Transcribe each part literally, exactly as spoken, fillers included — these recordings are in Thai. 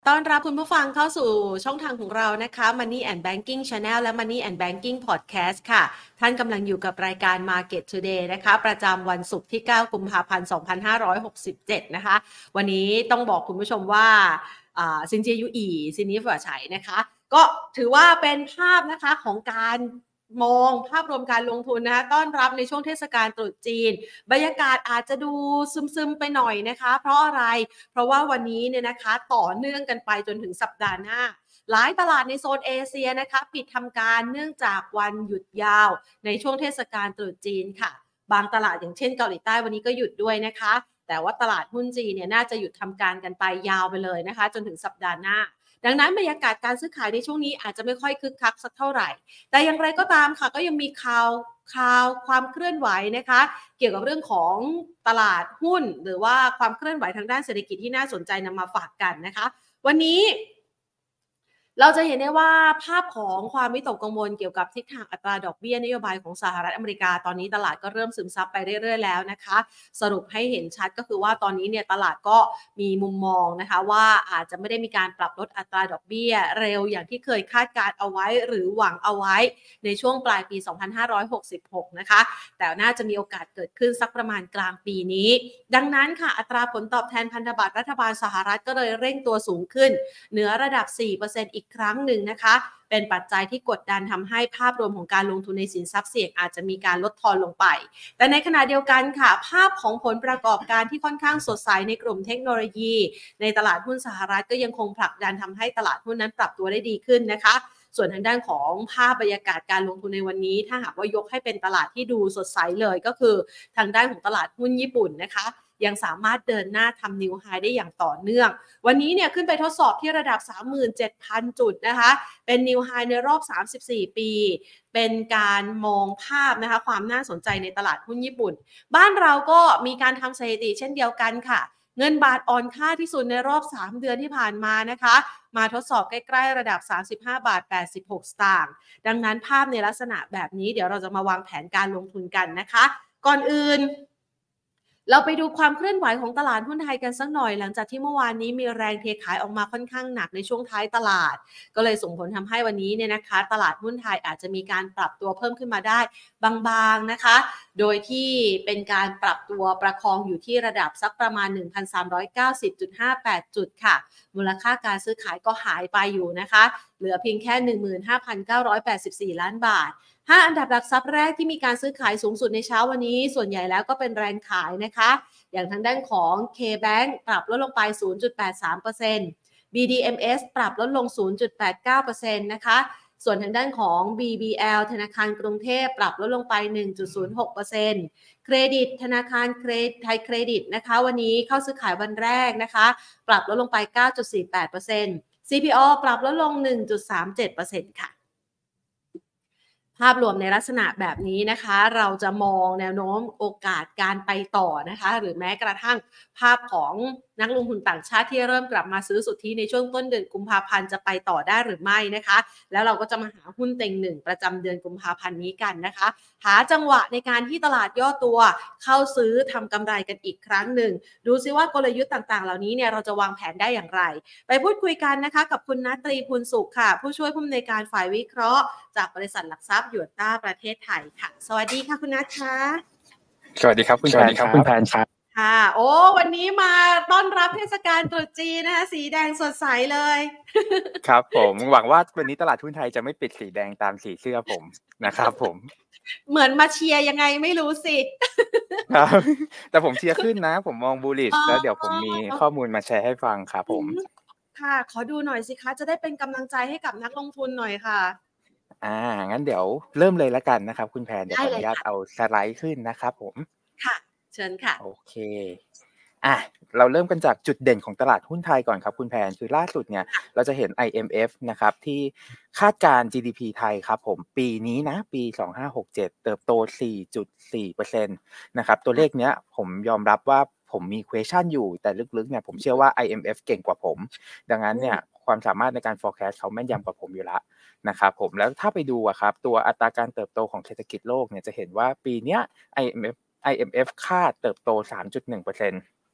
ต้อนรับคุณผู้ฟังเข้าสู่ช่องทางของเรานะคะ Money and Banking Channel และ Money and Banking Podcast ค่ะท่านกำลังอยู่กับรายการ Market Today นะคะประจำวันศุกร์ที่เก้ากุมภาพันธ์สองพันห้าร้อยหกสิบเจ็ดนะคะวันนี้ต้องบอกคุณผู้ชมว่าอ่าซินเจียยูอีซินนี้ฝ่าไฉนะคะก็ถือว่าเป็นภาพนะคะของการมองภาพรวมการลงทุนนะคะต้อนรับในช่วงเทศกาลตรุษจีนบรรยากาศอาจจะดูซึมๆไปหน่อยนะคะเพราะอะไรเพราะว่าวันนี้เนี่ยนะคะต่อเนื่องกันไปจนถึงสัปดาห์หน้าหลายตลาดในโซนเอเชียนะคะปิดทำการเนื่องจากวันหยุดยาวในช่วงเทศกาลตรุษจีนค่ะบางตลาดอย่างเช่นเกาหลีใต้วันนี้ก็หยุดด้วยนะคะแต่ว่าตลาดหุ้นจีนเนี่ยน่าจะหยุดทำการกันไปยาวไปเลยนะคะจนถึงสัปดาห์หน้าดังนั้นบรรยากาศการซื้อขายในช่วงนี้อาจจะไม่ค่อยคึกคักสักเท่าไหร่แต่อย่างไรก็ตามค่ะก็ยังมีข่าวข่าวความเคลื่อนไหวนะคะเกี่ยวกับเรื่องของตลาดหุ้นหรือว่าความเคลื่อนไหวทางด้านเศรษฐกิจที่น่าสนใจนำมาฝากกันนะคะวันนี้เราจะเห็นได้ว่าภาพของความวิตกกังวลเกี่ยวกับทิศทางอัตราดอกเบี้ยนโยบายของสหรัฐอเมริกาตอนนี้ตลาดก็เริ่มซึมซับไปเรื่อยๆแล้วนะคะสรุปให้เห็นชัดก็คือว่าตอนนี้เนี่ยตลาดก็มีมุมมองนะคะว่าอาจจะไม่ได้มีการปรับลดอัตราดอกเบี้ยเร็วอย่างที่เคยคาดการเอาไว้หรือหวังเอาไว้ในช่วงปลายปีสองพันห้าร้อยหกสิบหกนะคะแต่น่าจะมีโอกาสเกิดขึ้นสักประมาณกลางปีนี้ดังนั้นค่ะอัตราผลตอบแทนพันธบัตรรัฐบาลสหรัฐก็เลยเร่งตัวสูงขึ้นเหนือระดับ สี่เปอร์เซ็นต์ อีกครั้งหนึ่งนะคะเป็นปัจจัยที่กดดันทำให้ภาพรวมของการลงทุนในสินทรัพย์เสี่ยงอาจจะมีการลดทอนลงไปแต่ในขณะเดียวกันค่ะภาพของผลประกอบการที่ค่อนข้างสดใสในกลุ่มเทคโนโลยีในตลาดหุ้นสหรัฐก็ยังคงผลักดันทำให้ตลาดหุ้นนั้นปรับตัวได้ดีขึ้นนะคะส่วนทางด้านของภาพบรรยากาศการลงทุนในวันนี้ถ้าหากว่ายกให้เป็นตลาดที่ดูสดใสเลยก็คือทางด้านของตลาดหุ้นญี่ปุ่นนะคะยังสามารถเดินหน้าทำนิวไฮได้อย่างต่อเนื่องวันนี้เนี่ยขึ้นไปทดสอบที่ระดับ สามหมื่นเจ็ดพัน จุดนะคะเป็นนิวไฮในรอบสามสิบสี่ปีเป็นการมองภาพนะคะความน่าสนใจในตลาดหุ้นญี่ปุ่นบ้านเราก็มีการทำสถิติเช่นเดียวกันค่ะเงินบาทอ่อนค่าที่สุดในรอบสามเดือนที่ผ่านมานะคะมาทดสอบใกล้ๆระดับสามสิบห้าบาทแปดสิบหกสตางค์ดังนั้นภาพในลักษณะแบบนี้เดี๋ยวเราจะมาวางแผนการลงทุนกันนะคะก่อนอื่นเราไปดูความเคลื่อนไหวของตลาดหุ้นไทยกันสักหน่อยหลังจากที่เมื่อวานนี้มีแรงเทขายออกมาค่อนข้างหนักในช่วงท้ายตลาดก็เลยส่งผลทำให้วันนี้เนี่ยนะคะตลาดหุ้นไทยอาจจะมีการปรับตัวเพิ่มขึ้นมาได้บางๆนะคะโดยที่เป็นการปรับตัวประคองอยู่ที่ระดับสักประมาณ หนึ่งพันสามร้อยเก้าสิบจุดห้าแปด จุดค่ะมูลค่าการซื้อขายก็หายไปอยู่นะคะเหลือเพียงแค่ หนึ่งหมื่นห้าพันเก้าร้อยแปดสิบสี่ ล้านบาทห้าอันดับหลักทรัพย์แรกที่มีการซื้อขายสูงสุดในเช้าวันนี้ส่วนใหญ่แล้วก็เป็นแรงขายนะคะอย่างทางด้านของ K-Bank ปรับลดลงไป ศูนย์จุดแปดสามเปอร์เซ็นต์ บี ดี เอ็ม เอส ปรับลดลง ศูนย์จุดแปดเก้าเปอร์เซ็นต์ นะคะส่วนทางด้านของ บี บี แอล ธนาคารกรุงเทพปรับลดลงไป หนึ่งจุดศูนย์หกเปอร์เซ็นต์ เครดิตธนาคารเครไทยเครดิตนะคะวันนี้เข้าซื้อขายวันแรกนะคะปรับลดลงไป เก้าจุดสี่แปดเปอร์เซ็นต์ ซี พี โอ ปรับลดลง หนึ่งจุดสามเจ็ดเปอร์เซ็นต์ ค่ะภาพรวมในลักษณะแบบนี้นะคะเราจะมองแนวโน้มโอกาสการไปต่อนะคะหรือแม้กระทั่งภาพของนักลงทุนต่างชาติที่เริ่มกลับมาซื้อสุทธิในช่วงต้นเดือนกุมภาพันธ์จะไปต่อได้หรือไม่นะคะแล้วเราก็จะมาหาหุ้นเต็งหนึ่งประจำเดือนกุมภาพันธ์นี้กันนะคะหาจังหวะในการที่ตลาดย่อตัวเข้าซื้อทำกำไรกันอีกครั้งหนึ่งดูซิว่ากลยุทธ์ต่างๆเหล่านี้เนี่ยเราจะวางแผนได้อย่างไรไปพูดคุยกันนะคะกับคุณณตรีพูลสุขค่ะผู้ช่วยผู้อำนวยการฝ่ายวิเคราะห์จากบริษัทหลักทรัพย์หยวนต้าประเทศไทยค่ะสวัสดีค่ะคุณนัทค่ะสวัสดีครับคุณแพนครับคุณแพนครับค่ะโอ้วันนี้มาต้อนรับเทศกาลตรุษจีนนะคะสีแดงสดใสเลยครับผมหวังว่าวันนี้ตลาดหุ้นไทยจะไม่ปิดสีแดงตามสีเสื้อผมนะครับผมเหมือนมาเชียร์ยังไงไม่รู้สิครับแต่ผมเชียร์ขึ้นนะผมมองบูลลิชแล้วเดี๋ยวผมมีข้อมูลมาแชร์ให้ฟังครับผมค่ะขอดูหน่อยสิคะจะได้เป็นกำลังใจให้กับนักลงทุนหน่อยค่ะอ่างั้นเดี๋ยวเริ่มเลยแล้วกันนะครับคุณแพนเดี๋ยวขออนุญาตเอาสไลด์ขึ้นนะครับผมค่ะเชิญค่ะโอเคอ่ะเราเริ่มกันจากจุดเด่นของตลาดหุ้นไทยก่อนครับคุณแพนคือล่าสุดเนี่ยเราจะเห็น ไอ เอ็ม เอฟ นะครับที่คาดการณ์ จี ดี พี ไทยครับผมปีนี้นะปีสองพันห้าร้อยหกสิบเจ็ดเติบโต สี่จุดสี่เปอร์เซ็นต์ นะครับตัวเลขเนี้ยผมยอมรับว่าผมมี question อยู่แต่ลึกๆเนี่ยผมเชื่อว่า ไอ เอ็ม เอฟ เก่งกว่าผมดังนั้นเนี่ยความสามารถในการ forecast เขาแม่นยำกว่าผมอยู่แล้วนะครับผมแล้วถ้าไปดูอะครับตัวอัตราการเติบโตของเศรษฐกิจโลกเนี่ยจะเห็นว่าปีเนี้ย ไอ เอ็ม เอฟ ไอ เอ็ม เอฟ คาดเติบโต สามจุดหนึ่งเปอร์เซ็นต์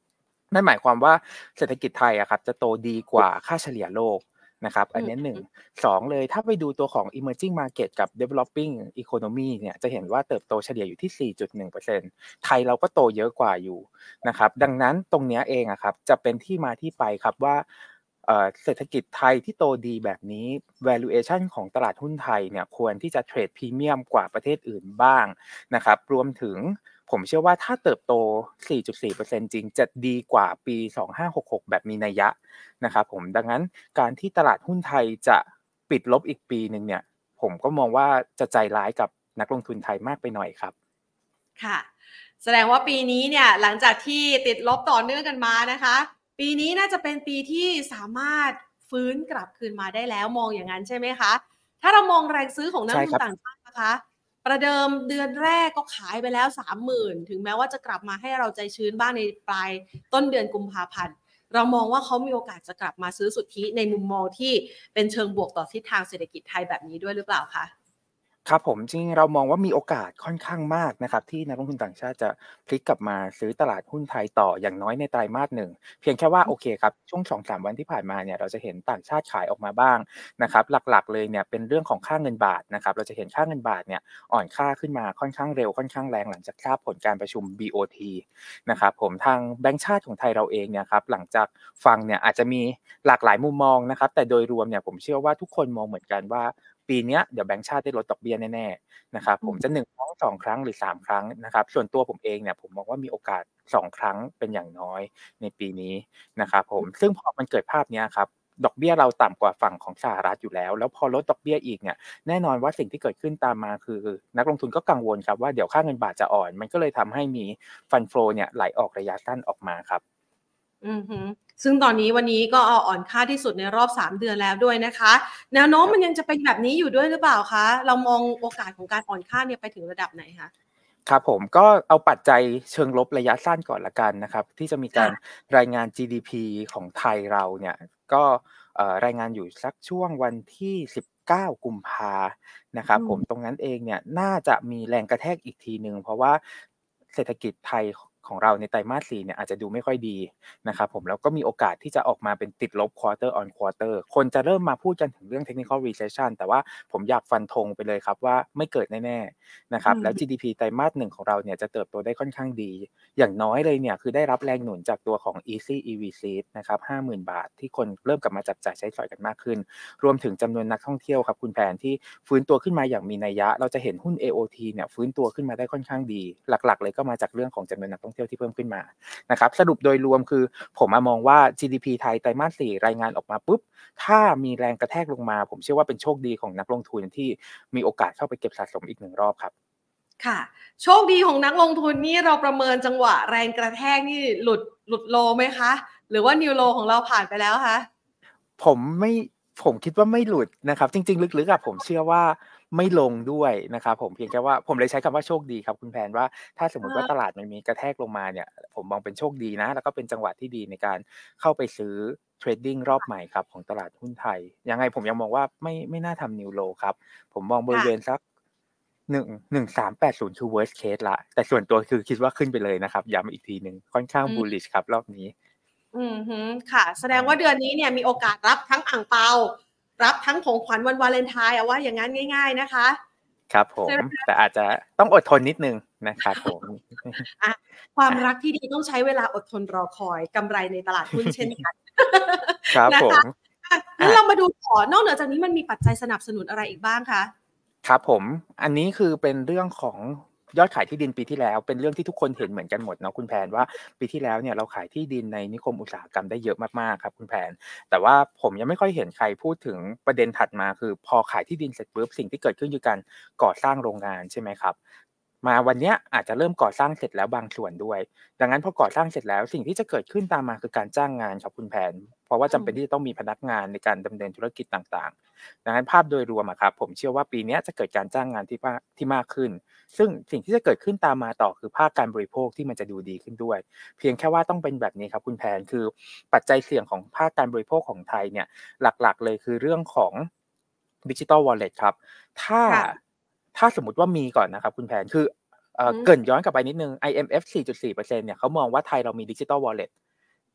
นั่นหมายความว่าเศรษฐกิจไทยอะครับจะโตดีกว่าค่าเฉลี่ยโลกนะครับอือันนี้หนึ่งมสองเลยถ้าไปดูตัวของ Emerging Market กับ Developing Economy เนี่ยจะเห็นว่าเติบโตเฉลี่ยอยู่ที่ สี่จุดหนึ่งเปอร์เซ็นต์ ไทยเราก็โตเยอะกว่าอยู่นะครับดังนั้นตรงเนี้ยเองอะครับจะเป็นที่มาที่ไปครับว่าเอ่อเศรษฐกิจไทยที่โตดีแบบนี้ valuation ของตลาดหุ้นไทยเนี่ยควรที่จะเทรดพรีเมียมกว่าประเทศอื่นบ้างนะครับรวมถึงผมเชื่อว่าถ้าเติบโต สี่จุดสี่เปอร์เซ็นต์ จริงจะดีกว่าปี สองพันห้าร้อยหกสิบหก แบบมีนัยยะนะครับผมดังนั้นการที่ตลาดหุ้นไทยจะปิดลบอีกปีหนึ่งเนี่ยผมก็มองว่าจะใจร้ายกับนักลงทุนไทยมากไปหน่อยครับค่ะแสดงว่าปีนี้เนี่ยหลังจากที่ติดลบต่อเนื่องกันมานะคะปีนี้น่าจะเป็นปีที่สามารถฟื้นกลับคืนมาได้แล้วมองอย่างนั้นใช่ไหมคะถ้าเรามองแรงซื้อของนักลใช่ครับงทุนต่างชาตินะคะประเดิมเดือนแรกก็ขายไปแล้ว สามหมื่น ถึงแม้ว่าจะกลับมาให้เราใจชื้นบ้างในปลายต้นเดือนกุมภาพันธ์เรามองว่าเขามีโอกาสจะกลับมาซื้อสุทธิในมุมมองที่เป็นเชิงบวกต่อทิศทางเศรษฐกิจไทยแบบนี้ด้วยหรือเปล่าคะครับผมจริงๆเรามองว่ามีโอกาสค่อนข้างมากนะครับที่นักลงทุนต่างชาติจะพลิกกลับมาซื้อตลาดหุ้นไทยต่ออย่างน้อยในไตรมาสหนึ่งเพียงแค่ว่าโอเคครับช่วงสองถึงสามวันที่ผ่านมาเนี่ยเราจะเห็นต่างชาติขายออกมาบ้างนะครับหลักๆเลยเนี่ยเป็นเรื่องของค่าเงินบาทนะครับเราจะเห็นค่าเงินบาทเนี่ยอ่อนค่าขึ้นมาค่อนข้างเร็วค่อนข้างแรงหลังจากทราบผลการประชุม บี โอ ที นะครับผมทางแบงก์ชาติของไทยเราเองเนี่ยครับหลังจากฟังเนี่ยอาจจะมีหลากหลายมุมมองนะครับแต่โดยรวมเนี่ยผมเชื่อว่าทุกคนมองเหมือนกันว่าปีเนี้ยเดี๋ยวแบงก์ชาติได้ลดดอกเบี้ยแน่ๆ นะครับผมจะหนึ่งครั้งสองครั้งหรือสามครั้งนะครับส่วนตัวผมเองเนี่ยผมมองว่ามีโอกาสสองครั้งเป็นอย่างน้อยในปีนี้นะครับผมซึ่งพอมันเกิดภาพเนี้ยครับดอกเบี้ยเราต่ำกว่าฝั่งของสหรัฐอยู่แล้วแล้วพอลดดอกเบี้ยอีกเนี่ยแน่นอนว่าสิ่งที่เกิดขึ้นตามมาคือนักลงทุนก็กังวลครับว่าเดี๋ยวค่าเงินบาทจะอ่อนมันก็เลยทำให้มี Fund Flow เนี่ยไหลออกระยะสั้นออกมาครับอือฮึซึ่งตอนนี้วันนี้ก็เอาอ่อนค่าที่สุดในรอบสามเดือนแล้วด้วยนะคะแนวโน้มมันยังจะเป็นแบบนี้อยู่ด้วยหรือเปล่าคะเรามองโอกาสของการอ่อนค่าเนี่ยไปถึงระดับไหนคะครับผมก็เอาปัจจัยเชิงลบระยะสั้นก่อนละกันนะครับที่จะมีการค่ะรายงาน จี ดี พี ของไทยเราเนี่ยก็เอ่อรายงานอยู่สักช่วงวันที่สิบเก้ากุมภานะครับอืมผมตรงนั้นเองเนี่ยน่าจะมีแรงกระแทกอีกทีหนึ่งเพราะว่าเศรษฐกิจไทยขของเราในไตรมาสสี่เนี่ยอาจจะดูไม่ค่อยดีนะครับผมแล้วก็มีโอกาสที่จะออกมาเป็นติดลบ Quarter on Quarter คนจะเริ่มมาพูดกันถึงเรื่อง Technical Recession แต่ว่าผมอยากฟันธงไปเลยครับว่าไม่เกิดแน่ๆ นะคอืรับแล้วมจี ดี พี ไตรมาสหนึ่งของเราเนี่ยจะเติบโตได้ค่อนข้างดีอย่างน้อยเลยเนี่ยคือได้รับแรงหนุนจากตัวของ Easy อี วี Seed นะครับห้าหมื่นบาทที่คนเริ่มกลับมาจับจ่ายใช้สอยกันมากขึ้นรวมถึงจำนวนนักท่องเที่ยวครับคุณแผนที่ฟื้นตัวขึ้นมาอย่างมีนัยยะเราจะเห็นหุ้น เอ โอ ที เนี่ยฟื้นตัวขึ้นมาได้ค่อนข้างดีหลักๆเลยก็มาจากเรื่องของจำนวนนักท่องเที่ยวที่เพิ่มขึ้นมานะครับสรุปโดยรวมคือผมอะมองว่า จี ดี พี ไทยไตรมาสสี่รายงานออกมาปุ๊บถ้ามีแรงกระแทกลงมาผมเชื่อว่าเป็นโชคดีของนักลงทุนที่มีโอกาสเข้าไปเก็บสะสมอีกหนึ่งรอบครับค่ะโชคดีของนักลงทุนนี่เราประเมินจังหวะแรงกระแทกนี่หลุดหลุดโลไหมคะหรือว่านิวโลของเราผ่านไปแล้วคะผมไม่ผมคิดว่าไม่หลุดนะครับจริงๆลึกๆอะผมเชื่อว่าไม่ลงด้วยนะครับผมเพียงแค่ว่าผมเลยใช้คำว่าโชคดีครับคุณแพนว่าถ้าสมมุติว่าตอาลาดมันมีกระแทกลงมาเนี่ยผมมองเป็นโชคดีนะแล้วก็เป็นจังหวะที่ดีในการเข้าไปซื้อเทรดดิงรอบใหม่ครับของตลาดหุ้นไทยยังไงผมยังมองว่าไม่ไม่น่าทำ New Low ครับผมมองบริค่ะเวณสักหนึ่ง หนึ่งพันสามร้อยแปดสิบคือ worst case แล้วแต่ส่วนตัวคือคิดว่าขึ้นไปเลยนะครับย้ำอีกทีหนึ่งค่อนข้างอืม bullish ครับรอบนี้อือฮึค่ะแสดงว่าอาเดือนนี้เนี่ยมีโอกาสรับทั้งอั่งเปารับทั้งของขวัญวันวาเลนไทน์เอาว่าอย่างงั้นง่ายๆนะคะครับผมใช่ไหมแต่อาจจะต้องอดทนนิดหนึ่งนะครับผมอะความอารักที่ดีต้องใช้เวลาอดทนรอคอยกำไรในตลาดหุ้นเช่นกันครับนะคะผมอะงั้อานเรามาดูต่อนอกเหนือจากนี้มันมีปัจจัยสนับสนุนอะไรอีกบ้างคะครับผมอันนี้คือเป็นเรื่องของยอดขายที่ดินปีที่แล้วเป็นเรื่องที่ทุกคนเห็นเหมือนกันหมดเนาะคุณแพนว่าปีที่แล้วเนี่ยเราขายที่ดินในนิคมอุตสาหกรรมได้เยอะมากๆครับคุณแพนแต่ว่าผมยังไม่ค่อยเห็นใครพูดถึงประเด็นถัดมาคือพอขายที่ดินเสร็จปุ๊บสิ่งที่เกิดขึ้นคือการก่อสร้างโรงงานใช่ไหมครับมาวันเนี้ยอาจจะเริ่มก่อสร้างเสร็จแล้วบางส่วนด้วยดังนั้นพอก่อสร้างเสร็จแล้วสิ่งที่จะเกิดขึ้นตามมาคือการจ้างงานครับคุณแพนเพราะว่าอืมจำเป็นที่จะต้องมีพนักงานในการดำเนินธุรกิจต่างๆ ดังนั้นภาพโดยรวมอะครับผมเชื่อว่าปีนี้จะเกิดการจ้างงานที่มากที่มากขึ้นซึ่งสิ่งที่จะเกิดขึ้นตามมาต่อคือภาคการบริโภคที่มันจะดูดีขึ้นด้วยเพียงแค่ว่าต้องเป็นแบบนี้ครับคุณแพนคือปัจจัยเสี่ยงของภาคการบริโภคของไทยเนี่ยหลักๆเลยคือเรื่องของ Digital Wallet ครับถ้าค่ะถ้าสมมุติว่ามีก่อนนะครับคุณแพนคือเอ่ออือฮึเกริ่นย้อนกลับไปนิดหนึ่ง ไอ เอ็ม เอฟ สี่จุดสี่เปอร์เซ็นต์เปอร์เซ็นต์เนี่ยเขามองว่าไทยเรามี Digital Wallet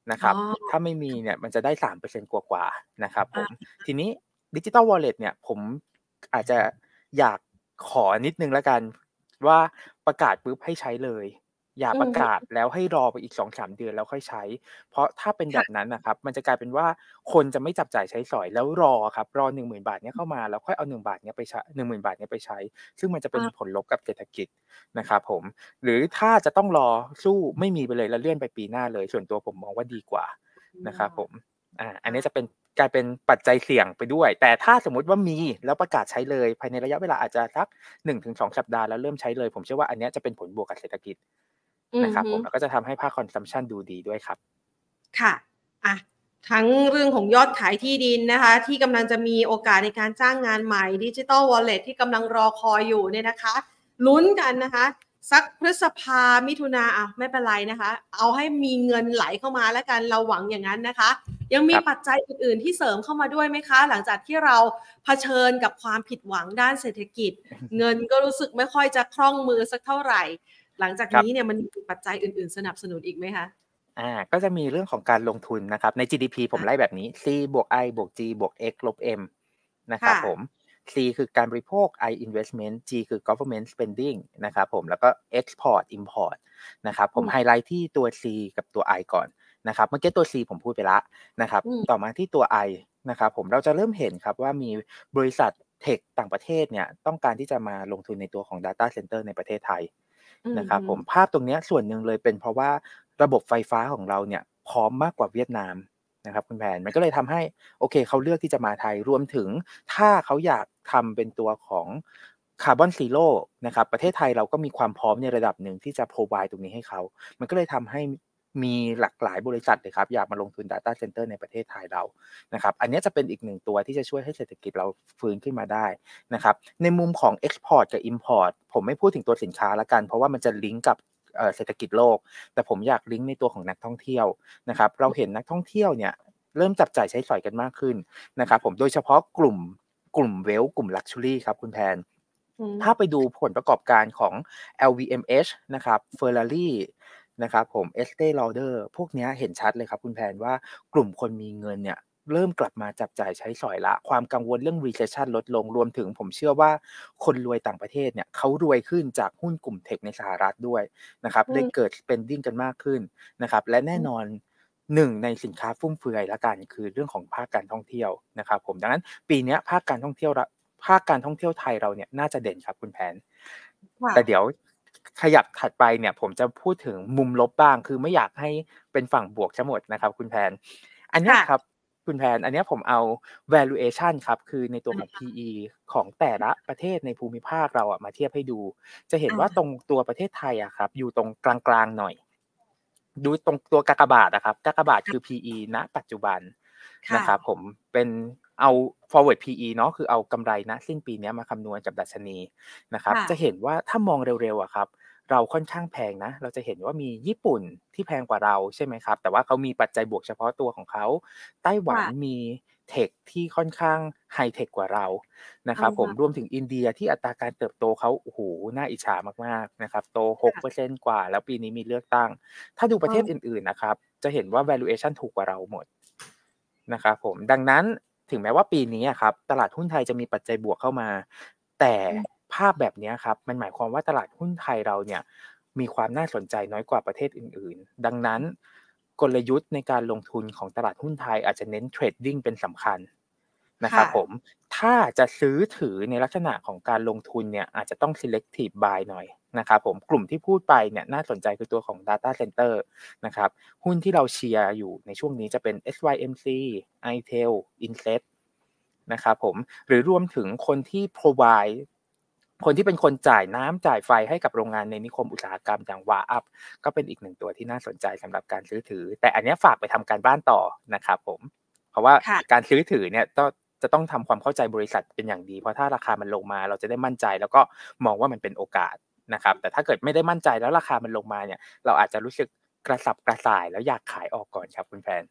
นะคอ๋อรับถ้าไม่มีเนี่ยมันจะได้ สามเปอร์เซ็นต์ กว่าๆนะครับผอามทีนี้ Digital Wallet เนี่ยผมอาจจะอยากขอนิดหนึ่งแล้วกันว่าประกาศปุ๊บให้ใช้เลยอย่าอือฮึประกาศแล้วให้รอไปอีกสองถึงสามเดือนแล้วค่อยใช้เพราะถ้าเป็นแบบค่ะนั้นน่ะครับมันจะกลายเป็นว่าคนจะไม่จับจ่ายใช้สอยแล้วรออะครับรอหนึ่งหมื่นบาทเนี้ยเข้ามาแล้วค่อยเอาหนึ่งบาทเนี้ยไปใช้หนึ่งหมื่นบาทเนี้ยไปใช้ซึ่งมันจะเป็นผอาลลบกับเศรษฐกิจนะครับผมหรือถ้าจะต้องรอสู้ไม่มีไปเลยแล้วเลื่อนไปปีหน้าเลยส่วนตัวผมมองว่าดีกว่านะครับผม อาอันนี้จะเป็นกลายเป็นปัจจัยเสี่ยงไปด้วยแต่ถ้าสมมุติว่ามีแล้วประกาศใช้เลยภายในระยะเวลาอาจจะสักหนึ่งถึงสองสัปดาห์แล้วเริ่มใช้เลยผมเชื่อว่าอันเนี้ยจะเป็นผลบวกกับเศรษฐกิจอือฮึนะครับผมแล้วก็จะทำให้ภาค consumption ดูดีด้วยครับค่ะอะทั้งเรื่องของยอดขายที่ดินนะคะที่กำลังจะมีโอกาสในการจ้างงานใหม่ Digital Wallet ที่กำลังรอคอยอยู่เนี่ยนะคะลุ้นกันนะคะสักพฤษภามิถุนาอ่ะไม่เป็นไรนะคะเอาให้มีเงินไหลเข้ามาแล้วกันเราหวังอย่างนั้นนะคะยังครับมีปัจจัยอื่นๆที่เสริมเข้ามาด้วยไหมคะหลังจากที่เราเผชิญกับความผิดหวังด้านเศรษฐกิจเงินก็รู้สึกไม่ค่อยจะคล่องมือสักเท่าไหร่หลังจากครับนี้เนี่ยมันมีปัจจัยอื่นๆสนับสนุนอีกไหมคะอาก็จะมีเรื่องของการลงทุนนะครับใน จี ดี พี ผมไล่แบบนี้ C บวก I บวก G บวก X ลบ M นะครับค่ะผม C คือการบริโภค I investment G คือ government spending นะครับผมแล้วก็ export import นะครับผมไฮอืมไลท์ที่ตัว C กับตัว I ก่อนนะครับเมื่อกี้ตัว C ผมพูดไปแล้วนะครับอืมต่อมาที่ตัว I นะครับผมเราจะเริ่มเห็นครับว่ามีบริษัทเทคต่างประเทศเนี่ยต้องการที่จะมาลงทุนในตัวของ data center ในประเทศไทยนะครับอือฮึผมภาพตรงเนี้ยส่วนหนึ่งเลยเป็นเพราะว่าระบบไฟฟ้าของเราเนี่ยพร้อมมากกว่าเวียดนามนะครับคุณแพนมันก็เลยทำให้โอเคเขาเลือกที่จะมาไทยรวมถึงถ้าเขาอยากทำเป็นตัวของคาร์บอนซีโร่นะครับประเทศไทยเราก็มีความพร้อมในระดับหนึ่งที่จะ provide ตรงนี้ให้เขามันก็เลยทำให้มีหลากหลายบริษัทเลยครับอยากมาลงทุน Data Center ในประเทศไทยเรานะครับอันเนี้ยจะเป็นอีกหนึ่งตัวที่จะช่วยให้เศรษฐกิจเราฟื้นขึ้นมาได้นะครับในมุมของ Export กับ Import ผมไม่พูดถึงตัวสินค้าแล้วกันเพราะว่ามันจะลิงก์กับเอ่อเศรษฐกิจโลกแต่ผมอยากลิงก์ในตัวของนักท่องเที่ยวนะครับเราเห็นนักท่องเที่ยวเนี่ยเริ่มจับจ่ายใช้สอยกันมากขึ้นนะครับผมโดยเฉพาะกลุ่มกลุ่ม Wealth กลุ่ม Luxury ครับคุณแพนอืมถ้าไปดูผลประกอบการของ แอล วี เอ็ม เอช นะครับ Ferrari นะครับผม Estée Lauder พวกเนี้ยเห็นชัดเลยครับคุณแพนว่ากลุ่มคนมีเงินเนี่ยเริ่มกลับมาจับจ่ายใช้สอยแล้วความกังวลเรื่อง recession ลดลงรวมถึงผมเชื่อว่าคนรวยต่างประเทศเนี่ยเขารวยขึ้นจากหุ้นกลุ่มเทคในสหรัฐด้วยนะครับอืมเลยเกิด spending กันมากขึ้นนะครับและแน่อืมนอนหนึ่งในสินค้าฟุ่มเฟือยแล้วกันคือเรื่องของภาคการท่องเที่ยวนะครับผมดังนั้นปีเนี้ยภาคการท่องเที่ยวระภาคการท่องเที่ยวไทยเราเนี่ยน่าจะเด่นครับคุณแพนค่ะแต่เดี๋ยวขยับถัดไปเนี่ยผมจะพูดถึงมุมลบบ้างคือไม่อยากให้เป็นฝั่งบวกเสียหมดนะครับคุณแพนอันเนี้ยค่ะครับคุณแพนอันเนี้ยผมเอา valuation ครับคือในตัวของอาพี อี ของแต่ละประเทศในภูมิภาคเราอะมาเทียบให้ดูจะเห็นว่าตอารงตัวประเทศไทยอะครับอยู่ตรงกลางๆหน่อยดูตรงตัวกากบาทอะครับกากบาทคือ พี อี ณปัจจุบันค่ะนะครับผมเป็นเอา forward พี อี เนาะคือเอากำไรณสิ้นปีเนี้ยมาคำนวณกับดัชนี นะครับค่ะจะเห็นว่าถ้ามองเร็วๆอะครับเราค่อนข้างแพงนะเราจะเห็นว่ามีญี่ปุ่นที่แพงกว่าเราใช่ไหมครับแต่ว่าเขามีปัจจัยบวกเฉพาะตัวของเขาไต้หวันค่ะมีเทคที่ค่อนข้างไฮเทคกว่าเรานะคอะรับผมฮะรวมถึงอินเดียที่อัตราการเติบโตเขาโอ้โฮน่าอิจฉามากๆนะครับโตค่ะหกเปอร์เซ็นต์กเปอร์เซ็นต์กว่าแล้วปีนี้มีเลือกตั้งถ้าดูประเทศเอออื่นๆนะครับจะเห็นว่า valuation ถูกกว่าเราหมด นะครับผมดังนั้นถึงแม้ว่าปีนี้อะครับตลาดหุ้นไทยจะมีปัจจัยบวกเข้ามาแต่อืมภาพแบบเนี้ยครับมันหมายความว่าตลาดหุ้นไทยเราเนี่ยมีความน่าสนใจน้อยกว่าประเทศอื่นๆดังนั้นกลยุทธ์ในการลงทุนของตลาดหุ้นไทยอาจจะเน้นเทรดดิ้งเป็นสำคัญนะครับค่ะผมถ้าจะซื้อถือในลักษณะของการลงทุนเนี่ยอาจจะต้อง selective buy หน่อยนะครับผมกลุ่มที่พูดไปเนี่ยน่าสนใจคือตัวของ Data Center นะครับ หุ้นที่เราเชียร์อยู่ในช่วงนี้จะเป็น เอส วาย เอ็ม ซี ไอ ที อี แอล Inset นะครับผมหรือรวมถึงคนที่ provide คนที่เป็นคนจ่ายน้ำจ่ายไฟให้กับโรงงานในนิคมอุตสาหกรรมอย่าง วา ยู พี ก็เป็นอีกหนึ่งตัวที่น่าสนใจสำหรับการซื้อถือแต่อันเนี้ยฝากไปทำการบ้านต่อนะครับผมเพราะว่าค่ะการซื้อถือเนี่ยก็จะต้องทำความเข้าใจบริษัทเป็นอย่างดีเพราะถ้าราคามันลงมาเราจะได้มั่นใจแล้วก็มองว่ามันเป็นโอกาสนะครับแต่ถ้าเกิดไม่ได้มั่นใจแล้วราคามันลงมาเนี่ยเราอาจจะรู้สึกกระสับกระส่ายแล้วอยากขายออกก่อนครับคุณแฟน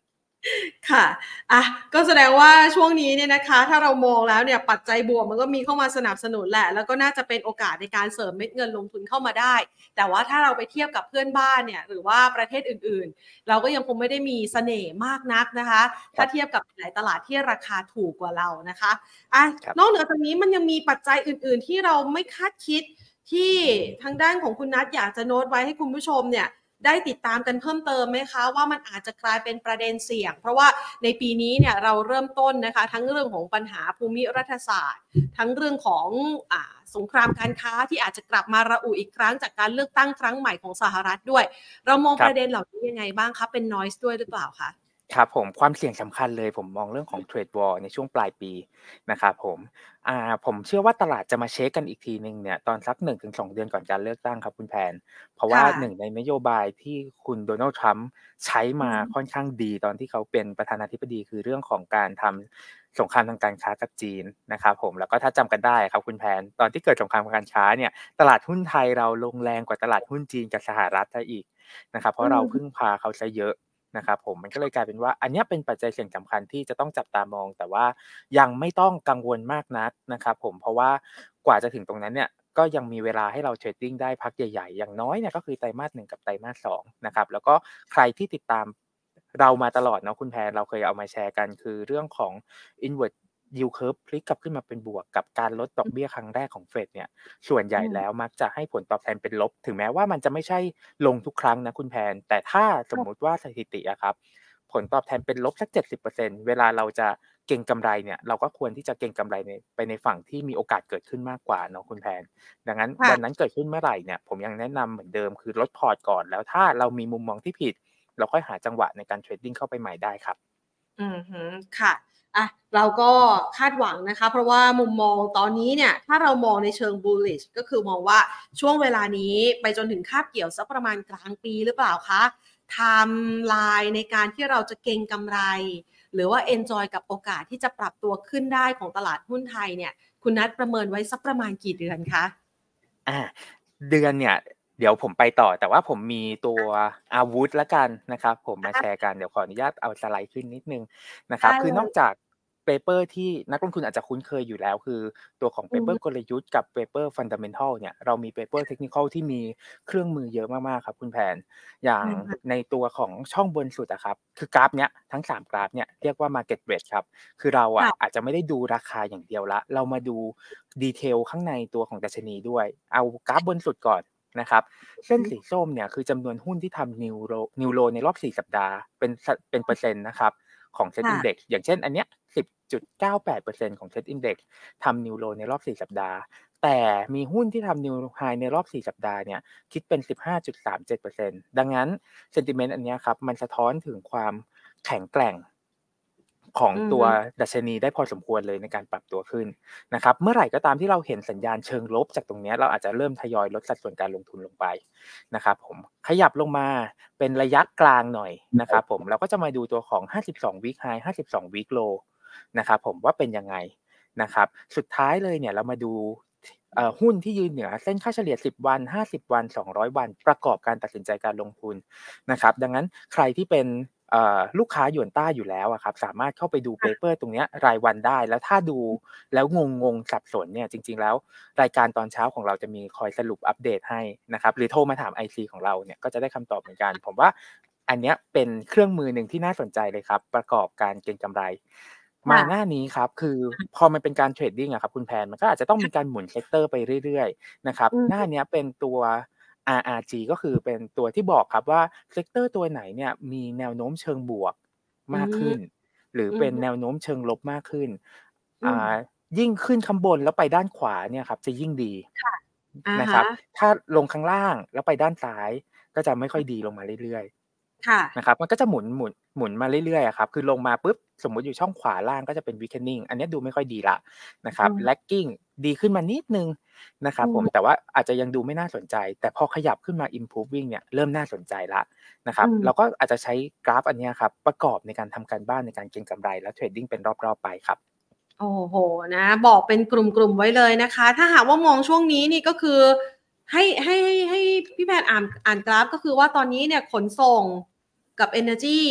ค่ะอ่ะก็แสดงว่าช่วงนี้เนี่ยนะคะถ้าเรามองแล้วเนี่ยปัจจัยบวกมันก็มีเข้ามาสนับสนุนแหละแล้วก็น่าจะเป็นโอกาสในการเสริมเม็ดเงินลงทุนเข้ามาได้แต่ว่าถ้าเราไปเทียบกับเพื่อนบ้านเนี่ยหรือว่าประเทศอื่นๆเราก็ยังคงไม่ได้มีเสน่ห์มากนักนะคะถ้าเทียบกับหลายตลาดที่ราคาถูกกว่าเรานะคะอ่ะนอกเหนือจากนี้มันยังมีปัจจัยอื่นๆที่เราไม่คาดคิดที่ทางด้านของคุณนัทอยากจะโน้ตไว้ให้คุณผู้ชมเนี่ยได้ติดตามกันเพิ่มเติมไหมคะว่ามันอาจจะกลายเป็นประเด็นเสี่ยงเพราะว่าในปีนี้เนี่ยเราเริ่มต้นนะคะทั้งเรื่องของปัญหาภูมิรัฐศาสตร์ทั้งเรื่องของอ่าสงครามการค้าที่อาจจะกลับมาระอุอีกครั้งจากการเลือกตั้งครั้งใหม่ของสหรัฐด้วยเรามองประเด็นเหล่านี้ยังไงบ้างคะเป็น noise ด้วยหรือเปล่าคะครับผมความเสี่ยงสำคัญเลยผมมองเรื่องของ Trade War ในช่วงปลายปีนะครับผมอ่าผมเชื่อว่าตลาดจะมาเช็คกันอีกทีหนึ่งเนี่ยตอนสัก หนึ่งถึงสอง เดือนก่อนการเลือกตั้งครับคุณแพนเพราะว่าค่ะหนึ่งในนโยบายที่คุณโดนัลด์ทรัมป์ใช้อืมาค่มอนข้างดีตอนที่เขาเป็นประธานาธิบดีคือเรื่องของการทำสงครามทางการค้ากับจีนนะครับผมแล้วก็ถ้าจำกันได้ครับคุณแพนตอนที่เกิดสงครามทางการค้าเนี่ยตลาดหุ้นไทยเราลงแรงกว่าตลาดหุ้นจีนกับสหรัฐซะอีกนะครับเพอืราะเราพึ่งมพาเขาซะเยอะนะครับผมมันก็เลยกลายเป็นว่าอันเนี้ยเป็นปัจจัยเสี่ยงสำคัญที่จะต้องจับตามองแต่ว่ายังไม่ต้องกังวลมากนักนะครับผมเพราะว่ากว่าจะถึงตรงนั้นเนี่ยก็ยังมีเวลาให้เราเทรดดิ้งได้พักใหญ่ๆอย่างน้อยเนี่ยก็คือไตรมาสหนึ่งกับไตรมาสสองนะครับแล้วก็ใครที่ติดตามเรามาตลอดเนาะคุณแพนเราเคยเอามาแชร์กันคือเรื่องของ inward yield curve พลิกกลับขึ้นมาเป็นบวกกับการลดดอกเบี้ยครั้งแรกของเฟดเนี่ยส่วนใหญ่อืมแล้วมักจะให้ผลตอบแทนเป็นลบถึงแม้ว่ามันจะไม่ใช่ลงทุกครั้งนะคุณแพนแต่ถ้าสมมุติว่าสถิติอะครับผลตอบแทนเป็นลบสักเจ็ดสิบเปอร์เซ็นต์เวลาเราจะเก็งกำไรเนี่ยเราก็ควรที่จะเก็งกำไรในไปในฝั่งที่มีโอกาสเกิดขึ้นมากกว่าเนาะคุณแพนดังนั้นวันนั้ค่ะนเกิดขึ้นเมื่อไหร่เนี่ยผมยังแนะนำเหมือนเดิมคือลดพอร์ตก่อนแล้วถ้าเรามีมุมมองที่ผิดเราค่อยหาจังหวะในการเทรดดิ้งเข้าไปใหม่ได้ครับอือฮึค่ะอ่ะเราก็คาดหวังนะคะเพราะว่ามุมมองตอนนี้เนี่ยถ้าเรามองในเชิง bullish ก็คือมองว่าช่วงเวลานี้ไปจนถึงคาบเกี่ยวสักประมาณกลางปีหรือเปล่าคะไทม์ไลน์ในการที่เราจะเก็งกำไรหรือว่า enjoy กับโอกาสที่จะปรับตัวขึ้นได้ของตลาดหุ้นไทยเนี่ยคุณนัทประเมินไว้สักประมาณกี่เดือนคะอาเดือนเนี่ยเดี๋ยวผมไปต่อแต่ว่าผมมีตัวอาวุธแล้วกันนะครับผมมาแชร์กันเดี๋ยวขออนุญาตเอาสไลด์ขึ้นนิดหนึ่งนะครับได้เลยคือนอกจากเปเปอร์ที่นักลงทุนอาจจะคุ้นเคยอยู่แล้วคือตัวของเปอือฮึเปอร์กลยุทธ์กับเปเปอร์ Fundamental เนี่ยเรามีเปเปอร์ Technical ที่มีเครื่องมือเยอะมากๆครับคุณแพนอย่างอือฮึในตัวของช่องบนสุดอะครับคือกราฟเนี้ยทั้งสามกราฟเนี่ยเรียกว่า Market Weight ครับคือเราอะอาจค่ะจะไม่ได้ดูราคาอย่างเดียวแล้วเรามาดู detail ข้างในตัวของดัชนีด้วยเอากราฟบนสุดก่อนนะครับเส้นอือสีส้มเนี่ยคือจำนวนหุ้นที่ทำ New Low New Low ในรอบสี่สัปดาห์เป็นสเป็นเปอร์เซ็นต์นะครับของ Set ค่ะ Index อย่างเช่นอันเนี้ยสิบจุดเก้าแปดเปอร์เซ็นต์ของ Set Index ทำ New Low ในรอบสี่สัปดาห์แต่มีหุ้นที่ทำ New High ในรอบสี่สัปดาห์เนี่ยคิดเป็น สิบห้าจุดสามเจ็ดเปอร์เซ็นต์ ดังนั้น sentiment อันเนี้ยครับมันสะท้อนถึงความแข็งแกร่งของตัวอือฮึดัชนีได้พอสมควรเลยในการปรับตัวขึ้น นะครับเมื่อไหร่ก็ตามที่เราเห็นสัญญาณเชิงลบจากตรงเนี้ยเราอาจจะเริ่มทยอยลดสัดส่วนการลงทุนลงไปนะครับผมขยับลงมาเป็นระยะกลางหน่อยนะครับผมเราก็จะมาดูตัวของห้าสิบสอง week high ห้าสิบสอง week low นะครับผมว่าเป็นยังไงนะครับสุดท้ายเลยเนี่ยเรามาดูเอ่อหุ้นที่ยืนเหนือเส้นค่าเฉลี่ยสิบวันห้าสิบวันสองร้อยวันประกอบการตัดสินใจการลงทุนนะครับดังนั้นใครที่เป็นเอ่อลูกค้าหยวนต้าอยู่แล้วอะครับสามารถเข้าไปดูเปเปอร์ตรงเนี้ยรายวันได้แล้วถ้าดูแล้วงงๆสับสนเนี่ยจริงๆแล้วรายการตอนเช้าของเราจะมีคอยสรุปอัปเดตให้นะครับหรือโทรมาถาม ไอ ซี ของเราเนี่ยก็จะได้คำตอบเหมือนกันผมว่าอันเนี้ยเป็นเครื่องมือหนึ่งที่น่าสนใจเลยครับประกอบการเก็งกำไรมาหน้าค่ะนี้ครับคือพอมันเป็นการเทรดดิ้งอะครับคุณแพนมันก็อาจจะต้องมีการหมุนเซกเตอร์ไปเรื่อยๆนะครับอืหน้าเนี้ยเป็นตัว อาร์ อาร์ จี ก็คือเป็นตัวที่บอกครับว่าเซกเตอร์ตัวไหนเนี่ยมีแนวโน้มเชิงบวกมมากขึ้นหรืออือฮึเป็นแนวโน้มเชิงลบมากขึ้นอืมอ่ายิ่งขึ้นข้างบนแล้วไปด้านขวาเนี่ยครับจะยิ่งดีอะฮะนะครับถ้าลงข้างล่างแล้วไปด้านซ้ายก็จะไม่ค่อยดีลงมาเรื่อยๆค่ะนะครับมันก็จะหมุนหมุนหมุนมาเรื่อยๆอะครับคือลงมาปุ๊บสมมุติอยู่ช่องขวาล่างก็จะเป็น weakening อันเนี้ยดูไม่ค่อยดีแล้วนะครับอืม lagging ดีขึ้นมานิดหนึ่งนะครัอืบผมแต่มว่าอาจจะยังดูไม่น่าสนใจแต่พอขยับขึ้นมา improving เนี่ยเริ่มน่าสนใจแล้วนะครับเราอืมก็อาจจะใช้กราฟอันเนี้ยครับประกอบในการทำการบ้านในการเก็งกำไรแล้วเทรดดิ้งเป็นรอบๆไปครับโอ้โฮนะบอกเป็นกลุ่มๆไว้เลยนะคะ ถ้าหากว่ามองช่วงนี้นี่ก็คือให้ให้ให้ให้พี่แพนอ่านอ่านกราฟก็คือว่าตอนนี้เนี่ยขนส่งกับเอเนอร์จี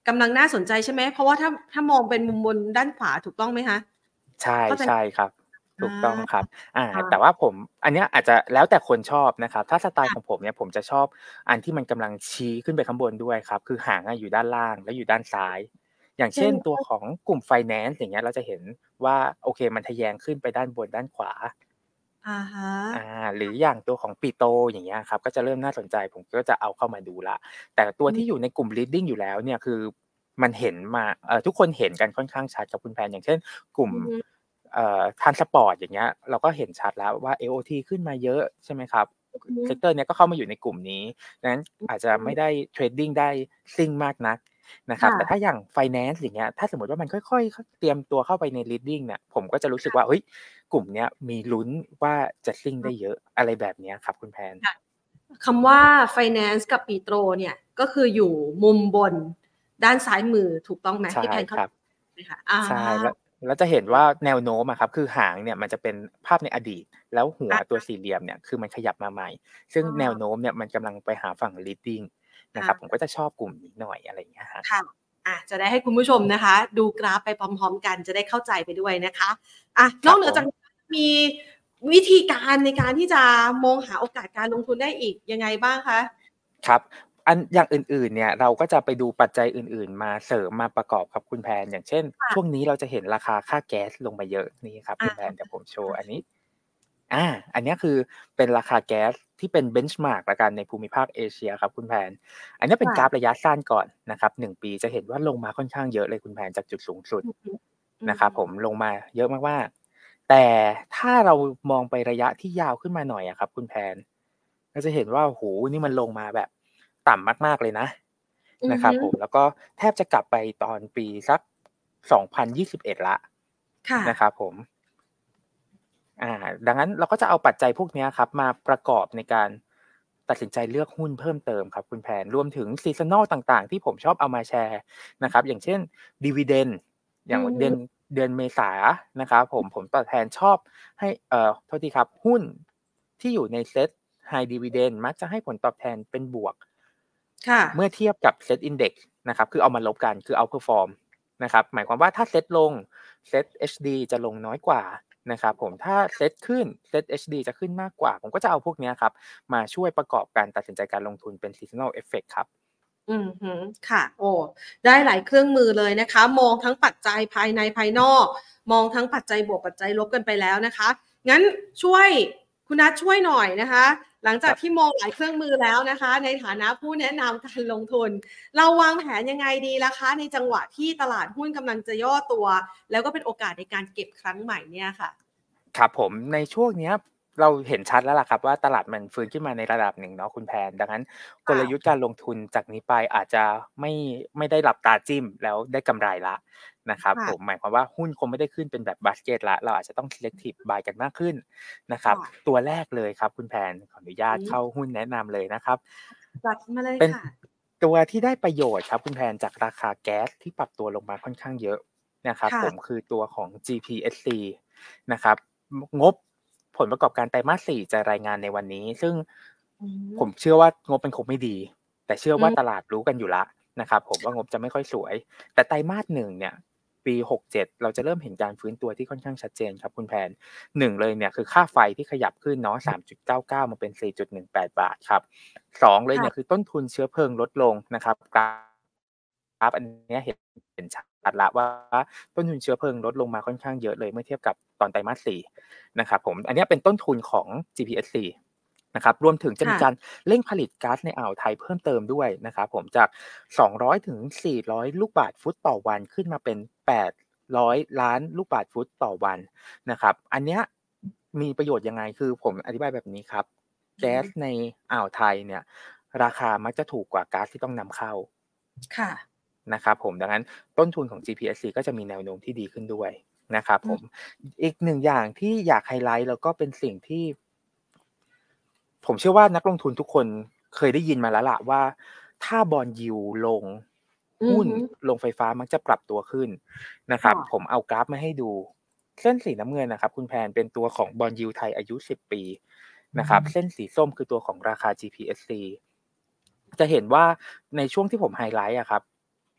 กำลังน่าสนใจใช่ไหมเพราะว่าถ้าถ้ามองเป็นมุมบนด้านขวาถูกต้องไหมคะใช่เข้าใจใช่ครับถูอากต้องครับอาแต่ค่ะว่าผมอันเนี้ยอาจจะแล้วแต่คนชอบนะครับถ้าสไตล์ของค่ะผมเนี่ยผมจะชอบอันที่มันกำลังชี้ขึ้นไปข้างบนด้วยครับคือหางอะอยู่ด้านล่างแล้วอยู่ด้านซ้ายอย่างเช่นเช่นตัวของกลุ่มไฟแนนซ์อย่างเงี้ยเราจะเห็นว่าโอเคมันทะแยงขึ้นไปด้านบนด้านขวาอะฮะอาหรืออย่างตัวของปิโตอย่างเงี้ยครับก็จะเริ่มน่าสนใจผมก็จะเอาเข้ามาดูแล้วแต่ตัวอืมที่อยู่ในกลุ่ม Reading อยู่แล้วเนี่ยคือมันเห็นมาเอ่อทุกคนเห็นกันค่อนข้างชัดครับคุณแพนอย่างเช่นกลุ่มอือฮึเอ่อ Transport อย่างเงี้ยเราก็เห็นชัดแล้วว่า เอ โอ ที ขึ้นมาเยอะใช่ไหมครับอือฮึเซกเตอร์เนี้ยก็เข้ามาอยู่ในกลุ่มนี้ดังนั้นอาจจะอืมไม่ได้เทรดดิงได้ซิ่งมากนักนะครับแต่ถ้าค่ะอย่างไฟแนนซ์อย่างเงี้ยถ้าสมมุติว่ามันค่อยๆคเตรียมตัวเข้าไปใน Reading เนี่ยผมก็จะรู้สึกว่าเฮ้ย กลุ่มเนี้ยมีลุ้นว่าจะซิ่งได้เยอะอะไรแบบเนี้ยครับคุณแพนค่ะคำว่าไฟแนนซ์กับปิโตรเนี่ยก็คืออยู่มุมบนด้านซ้ายมือถูกต้องไหมใช่ที่แพนเข้าครับไหมคะอาใช่แล้วแล้วจะเห็นว่าแนวโน้มอะครับคือหางเนี่ยมันจะเป็นภาพในอดีตแล้วหัวอะตัวสี่เหลี่ยมเนี่ยคือมันขยับมาใหม่ซึ่งอ้อแนวโน้มเนี่ยมันกำลังไปหาฝั่ง Leading นะครับผมค่ะก็จะชอบกลุ่มนี้หน่อยอะไรอย่างเงี้ยครับค่ะอาจะได้ให้คุณผู้ชมนะคะดูกราฟไปพร้อมๆกันจะได้เข้าใจไปด้วยนะคะอะนครับผมอกเหนือจากนี้มีวิธีการในการที่จะมองหาโอกาสการลงทุนได้อีกยังไงบ้างคะครับอันอย่างอื่นๆเนี่ยเราก็จะไปดูปัจจัยอื่นๆมาเสริมมาประกอบครับคุณแพนอย่างเช่นช่วงค่ะนี้เราจะเห็นราคาค่าแก๊สลงมาเยอะนี่ครับอาคุณแพนเดี๋ยวผมโชว์อันนี้อาอันเนี้ยคือเป็นราคาแก๊สที่เป็น benchmark แล้วกันในภูมิภาคเอเชียครับคุณแพนอันเนี้ยเป็นกราฟค่ะระยะสั้นก่อนนะครับหนึ่งปีจะเห็นว่าลงมาค่อนข้างเยอะเลยคุณแพนจากจุดสูงสุดอือฮึอืนะครับผมมลงมาเยอะมากๆแต่ถ้าเรามองไประยะที่ยาวขึ้นมาหน่อยอะครับคุณแพน ก็จะเห็นว่าโอ้โฮนี่มันลงมาแบบต่ำมากๆเลยนะนะครัอือฮึบผมแล้วก็แทบจะกลับไปตอนปีสักสองพันยี่สิบเอ็ดแล้วค่ะนะครับผมอาดังนั้นเราก็จะเอาปัจจัยพวกเนี้ยครับมาประกอบในการตัดสินใจเลือกหุ้นเพิ่มเติมครับคุณแพนรวมถึง seasonal ต่างๆที่ผมชอบเอามาแชร์นะครับอย่างเช่น dividend อย่างอือฮึเดือนเดือนเมษานะครับผมผลตอบแทนชอบให้เอ่อโทษทีครับหุ้นที่อยู่ในเซต High Dividend มักจะให้ผลตอบแทนเป็นบวกค่ะเมื่อเทียบกับ Set Index นะครับคือเอามาลบกันคือ outperform นะครับหมายความว่าถ้าเซตลงเซต เอช ดี จะลงน้อยกว่านะครับผมถ้าเซตขึ้นเซต เอช ดี จะขึ้นมากกว่าผมก็จะเอาพวกเนี้ยครับมาช่วยประกอบการตัดสินใจการลงทุนเป็น seasonal effect ครับอือฮึค่ะโอ้ได้หลายเครื่องมือเลยนะคะมองทั้งปัจจัยภายในภายนอกมองทั้งปัจจัยบวกปัจจัยลบกันไปแล้วนะคะงั้นช่วยคุณนัทช่วยหน่อยนะคะหลังคจากรับที่มองหลายเครื่องมือแล้วนะคะในฐานะผู้แนะนำการลงทุนเราวางแผนยังไงดีล่ะคะในจังหวะที่ตลาดหุ้นกำลังจะย่อตัวแล้วก็เป็นโอกาสในการเก็บครั้งใหม่เนี่ยค่ะครับผมในช่วงเนี้ยเราเห็นชัดแล้วล่ะครับว่าตลาดมันฟื้นขึ้นมาในระดับหนึ่งเนาะคุณแพนดังนั้นกลยุทธ์ค่ะการลงทุนจากนี้ไปอาจจะไม่ไม่ได้หลับตาจิ้มแล้วได้กำไรแล้วนะครับผมค่ะหมายความว่าหุ้นคงไม่ได้ขึ้นเป็นแบบบาสเกตแล้วเราอาจจะต้อง selective buy กันมากขึ้นนะครับค่ะตัวแรกเลยครับคุณแพนขออนุญาตอืมเข้าหุ้นแนะนำเลยนะครับจัดมาเลยเป็นค่ะตัวที่ได้ประโยชน์ครับคุณแพนจากราคาแก๊สที่ปรับตัวลงมาค่อนข้างเยอะนะครับผมค่ะคือตัวของ จี พี เอส ซี นะครับงบ ผลประกอบการไตรมาสสี่จะรายงานในวันนี้ซึ่งอืผมมเชื่อว่างบมันคงไม่ดีแต่เชื่อว่าตอืมลาดรู้กันอยู่แล้วนะครับผมว่างบจะไม่ค่อยสวยแต่ไตรมาสหนึ่งเนี่ยปีหกเจ็ดเราจะเริ่มเห็นการฟื้นตัวที่ค่อนข้างชัดเจนครับคุณแพนหนึ่งเลยเนี่ยคือค่าไฟที่ขยับขึ้นเนาะสามจุดเก้าเก้ามาเป็นสี่จุดหนึ่งแปดบาทครับสองเลยเนี่ยคือค่ะต้นทุนเชื้อเพลิงลดลงนะครับกราฟอันเนี้ยเห็นเห็นชัดแล้วว่าต้นทุนเชื้อเพลิงลดลงมาค่อนข้างเยอะเลยเมื่อเทียบกับตอนไตรมาสสี่ นะครับผมอันเนี้ยเป็นต้นทุนของ จี พี เอส ซี นะครับรวมถึงจะมีการค่ะเร่งผลิตก๊าซในอ่าวไทยเพิ่มเติมด้วยนะครับผมจากสองร้อยถึงสี่ร้อยลูกบาศก์ฟุตต่อวันขึ้นมาเป็นแปดร้อยล้านลูกบาศก์ฟุตต่อวันนะครับอันเนี้ยมีประโยชน์ยังไงคือผมอธิบายแบบนี้ครับอือฮึแก๊สในอ่าวไทยเนี่ยราคามักจะถูกกว่าก๊าซที่ต้องนำเข้าค่ะนะครับผมดังนั้นต้นทุนของ จี พี เอส ซี ก็จะมีแนวโน้มที่ดีขึ้นด้วยนะครับผมอืมอีกหนึ่งอย่างที่อยากไฮไลต์แล้วก็เป็นสิ่งที่ผมเชื่อว่านักลงทุนทุกคนเคยได้ยินมาแล้วล่ะว่าถ้า Bond Yield ลงหุ้นอือฮึโรงไฟฟ้ามักจะปรับตัวขึ้นนะครับผมค่ะเอากราฟมาให้ดูเส้นสีน้ำเงินนะครับคุณแพนเป็นตัวของ Bond Yield ไทยอายุสิบปีนะครับเส้นสีส้มคือตัวของราคา จี พี เอส ซี จะเห็นว่าในช่วงที่ผมไฮไลต์อะครับ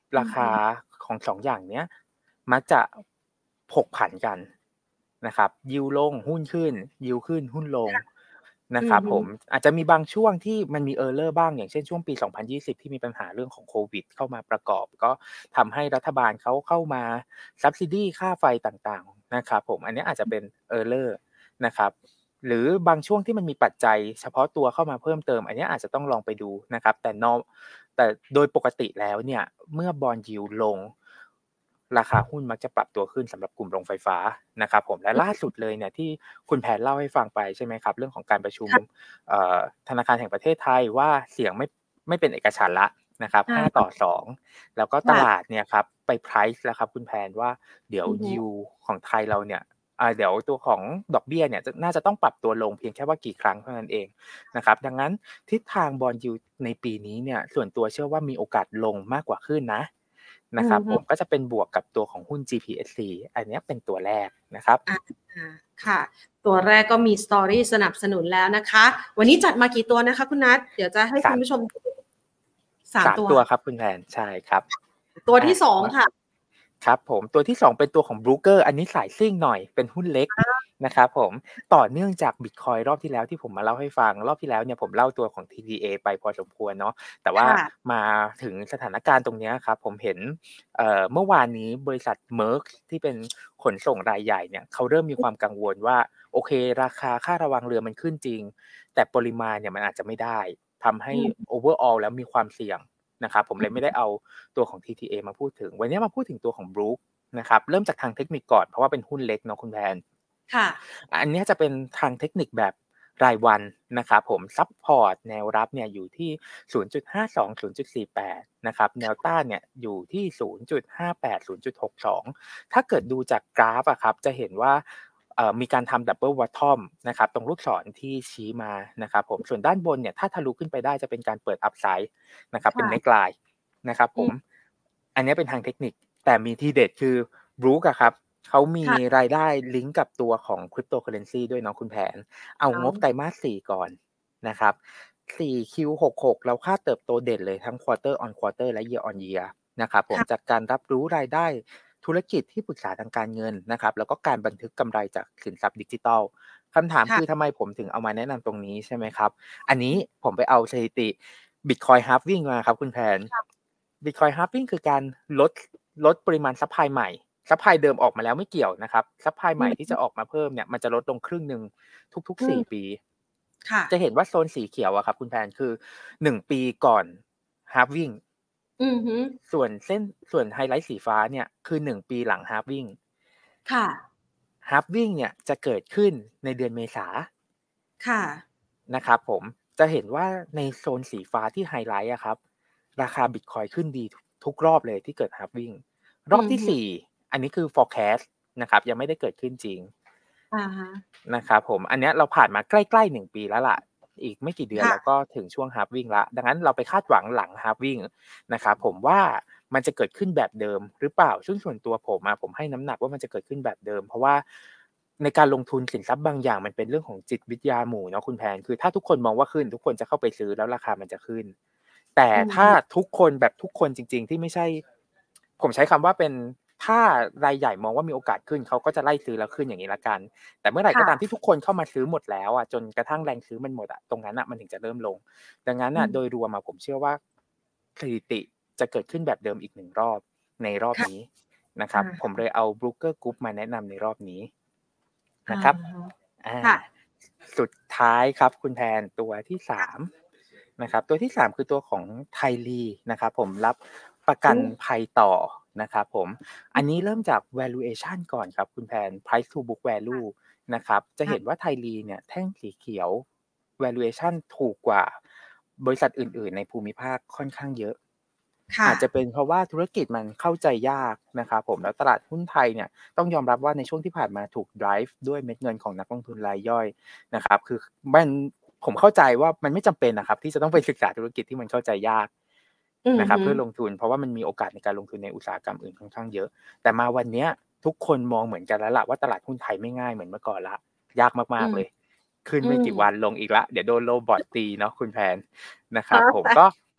ราคาของสองอย่างเนี้ยมักจะผกผันกันนะครับยิวลงหุ้นขึ้นยิวขึ้นหุ้นลงนะครับผมอาจจะมีบางช่วงที่มันมี Error บ้างอย่างเช่นช่วงปีสองพันยี่สิบที่มีปัญหาเรื่องของโควิดเข้ามาประกอบก็ทำให้รัฐบาลเขาเข้ามา subsidy ค่าไฟต่างๆนะครับผมอันนี้อาจจะเป็น Error นะครับหรือบางช่วงที่มันมีปัจจัยเฉพาะตัวเข้ามาเพิ่มเติมอันนี้อาจจะต้องลองไปดูนะครับแต่นอแต่โดยปกติแล้วเนี่ยเมื่อบอนด์ยิลด์ลงราคาหุ้นมักจะปรับตัวขึ้นสำหรับกลุ่มโรงไฟฟ้านะครับผมและล่าสุดเลยเนี่ยที่คุณแพนเล่าให้ฟังไปใช่ไหมครับเรื่องของการประชุมธนาคารแห่งประเทศไทยว่าเสียงไม่ไม่เป็นเอกฉันท์ละนะครับห้าต่อสองแล้วก็ตลาดเนี่ยครับไป price แล้วครับคุณแพนว่าเดี๋ยวยิวของไทยเราเนี่ยเดี๋ยวตัวของดอกเบี้ยเนี่ยน่าจะต้องปรับตัวลงเพียงแค่ว่ากี่ครั้งเท่านั้นเองนะครับดังนั้นทิศทางบอนด์ยิลด์ในปีนี้เนี่ยส่วนตัวเชื่อว่ามีโอกาสลงมากกว่าขึ้นนะนะครับผมก็จะเป็นบวกกับตัวของหุ้น จี พี เอส ซี อันนี้เป็นตัวแรกนะครับค่ะตัวแรกก็มีสตอรี่สนับสนุนแล้วนะคะวันนี้จัดมากี่ตัวนะคะคุณนัทเดี๋ยวจะให้คุณผู้ชมสามตัวครับคุณแพนใช่ครับตัวที่สองค่ะครับผมตัวที่สองเป็นตัวของบรูเกอร์อันนี้สายซิ่งหน่อยเป็นหุ้นเล็กนะครับผมต่อเนื่องจาก Bitcoin รอบที่แล้วที่ผมมาเล่าให้ฟังรอบที่แล้วเนี่ยผมเล่าตัวของ ที ที เอ ไปพอสมควรเนาะแต่ว่ามาถึงสถานการณ์ตรงนี้ครับผมเห็นเอ่อเมื่อวานนี้บริษัท Merck ที่เป็นขนส่งรายใหญ่เนี่ยเขาเริ่มมีความกังวลว่าโอเคราคาค่าระวังเรือมันขึ้นจริงแต่ปริมาณเนี่ยมันอาจจะไม่ได้ทำให้ overall แล้วมีความเสี่ยงนะครับผมเลยไม่ได้เอาตัวของ ที ที เอ มาพูดถึงวันนี้มาพูดถึงตัวของ Brook นะครับเริ่มจากทางเทคนิคก่อนเพราะว่าเป็นหุ้นเล็กเนาะคุณแพนค่ะอันนี้จะเป็นทางเทคนิคแบบรายวันนะครับผมซัพพอร์ตแนวรับเนี่ยอยู่ที่ ศูนย์จุดห้าสอง ศูนย์จุดสี่แปด นะครับแนวต้านเนี่ยอยู่ที่ ศูนย์จุดห้าแปด ศูนย์จุดหกสอง ถ้าเกิดดูจากกราฟอะครับจะเห็นว่ามีการทำดับเบิลบอททอมนะครับตรงลูกศรที่ชี้มานะครับผมส่วนด้านบนเนี่ยถ้าทะลุขึ้นไปได้จะเป็นการเปิดอัพไซด์นะครับเป็นเน็กไลน์นะครับผมอันนี้เป็นทางเทคนิคแต่มีที่เด็ดคือบรู๊คอะครับเขามีรายได้ลิงก์กับตัวของคริปโตเคอเรนซีด้วยเนาะคุณแผนเอางบไตรมาสสี่ก่อนนะครับ โฟร์ คิว หกสิบหกเราค่าเติบโตเด่นเลยทั้ง quarter on quarter และ year on year นะครับผมจากการรับรู้รายได้ธุรกิจที่ปรึกษาทางการเงินนะครับแล้วก็การบันทึกกำไรจากสินทรัพย์ดิจิทัลคำถามคือทำไมผมถึงเอามาแนะนำตรงนี้ใช่ไหมครับอันนี้ผมไปเอาสถิติ Bitcoin halving มาครับคุณแผน Bitcoin halving คือการลดลดปริมาณซัพพลายใหม่ซัพพลายเดิมออกมาแล้วไม่เกี่ยวนะครับซัพพลายใหม่ที่จะออกมาเพิ่มเนี่ยมันจะลดลงครึ่งนึงทุกๆสี่ปีจะเห็นว่าโซนสีเขียวอะครับคุณแพนคือหนึ่งปีก่อน halving อือฮึส่วนเส้นส่วนไฮไลท์สีฟ้าเนี่ยคือหนึ่งปีหลัง halving ค่ะ halving เนี่ยจะเกิดขึ้นในเดือนเมษาค่ะนะครับผมจะเห็นว่าในโซนสีฟ้าที่ไฮไลท์อะครับราคา Bitcoin ขึ้นดีทุกรอบเลยที่เกิด halving รอบที่สี่อันนี้คือ forecast นะครับยังไม่ได้เกิดขึ้นจริงนะครับผมอันนี้เราผ่านมาใกล้ๆหนึ่งปีแล้วล่ะอีกไม่กี่เดือนแล้วก็ถึงช่วง halving ละดังนั้นเราไปคาดหวังหลัง halving นะครับผมว่ามันจะเกิดขึ้นแบบเดิมหรือเปล่าซึ่งส่วนตัวผมอะผมให้น้ำหนักว่ามันจะเกิดขึ้นแบบเดิมเพราะว่าในการลงทุนสินทรัพย์บางอย่างมันเป็นเรื่องของจิตวิทยาหมู่เนาะคุณแพนคือถ้าทุกคนมองว่าขึ้นทุกคนจะเข้าไปซื้อแล้วราคามันจะขึ้นแต่ถ้าทุกคนแบบทุกคนจริงๆที่ไม่ใช่ผมใช้คำว่าเป็นถ้ารายใหญ่มองว่ามีโอกาสขึ้นเขาก็จะไล่ซื้อแล้วขึ้นอย่างนี้ละกันแต่เมื่อไหร่ก็ตามที่ทุกคนเข้ามาซื้อหมดแล้วอ่ะจนกระทั่งแรงซื้อมันหมดอ่ะตรงนั้นอ่ะมันถึงจะเริ่มลงดังนั้นอ่ะโดยรวมมาผมเชื่อว่าสถิติจะเกิดขึ้นแบบเดิมอีกหนึ่งรอบในรอบนี้นะครับผมเลยเอา Brooker Group มาแนะนำในรอบนี้นะครับอ่าสุดท้ายครับคุณแพนตัวที่สามนะครับตัวที่สามคือตัวของไทยลีนะครับผมรับประกันภัยต่อนะครับผมอันนี้เริ่มจาก valuation ก่อนครับคุณแพน price to book value นะครับจะเห็นว่าไทยลีเนี่ยแท่งสีเขียว valuation ถูกกว่าบริษัทอื่นๆในภูมิภาคค่อนข้างเยอะอาจจะเป็นเพราะว่าธุรกิจมันเข้าใจยากนะครับผมแล้วตลาดหุ้นไทยเนี่ยต้องยอมรับว่าในช่วงที่ผ่านมาถูก drive ด้วยเม็ดเงินของนักลงทุนรายย่อยนะครับคือมันผมเข้าใจว่ามันไม่จำเป็นนะครับที่จะต้องไปศึกษาธุรกิจที่มันเข้าใจยากนะครับเพื่อลงทุนเพราะว่ามันมีโอกาสในการลงทุนในอุตสาหกรรมอื่นค่อนข้างเยอะแต่มาวันนี้ทุกคนมองเหมือนกันแล้วล่ะว่าตลาดหุ้นไทยไม่ง่ายเหมือนเมื่อก่อนละยากมากๆเลยขึ้นไม่กี่วันลงอีกละเดี๋ยวโดนโรบอทตีเนาะคุณแพนนะครับผมก็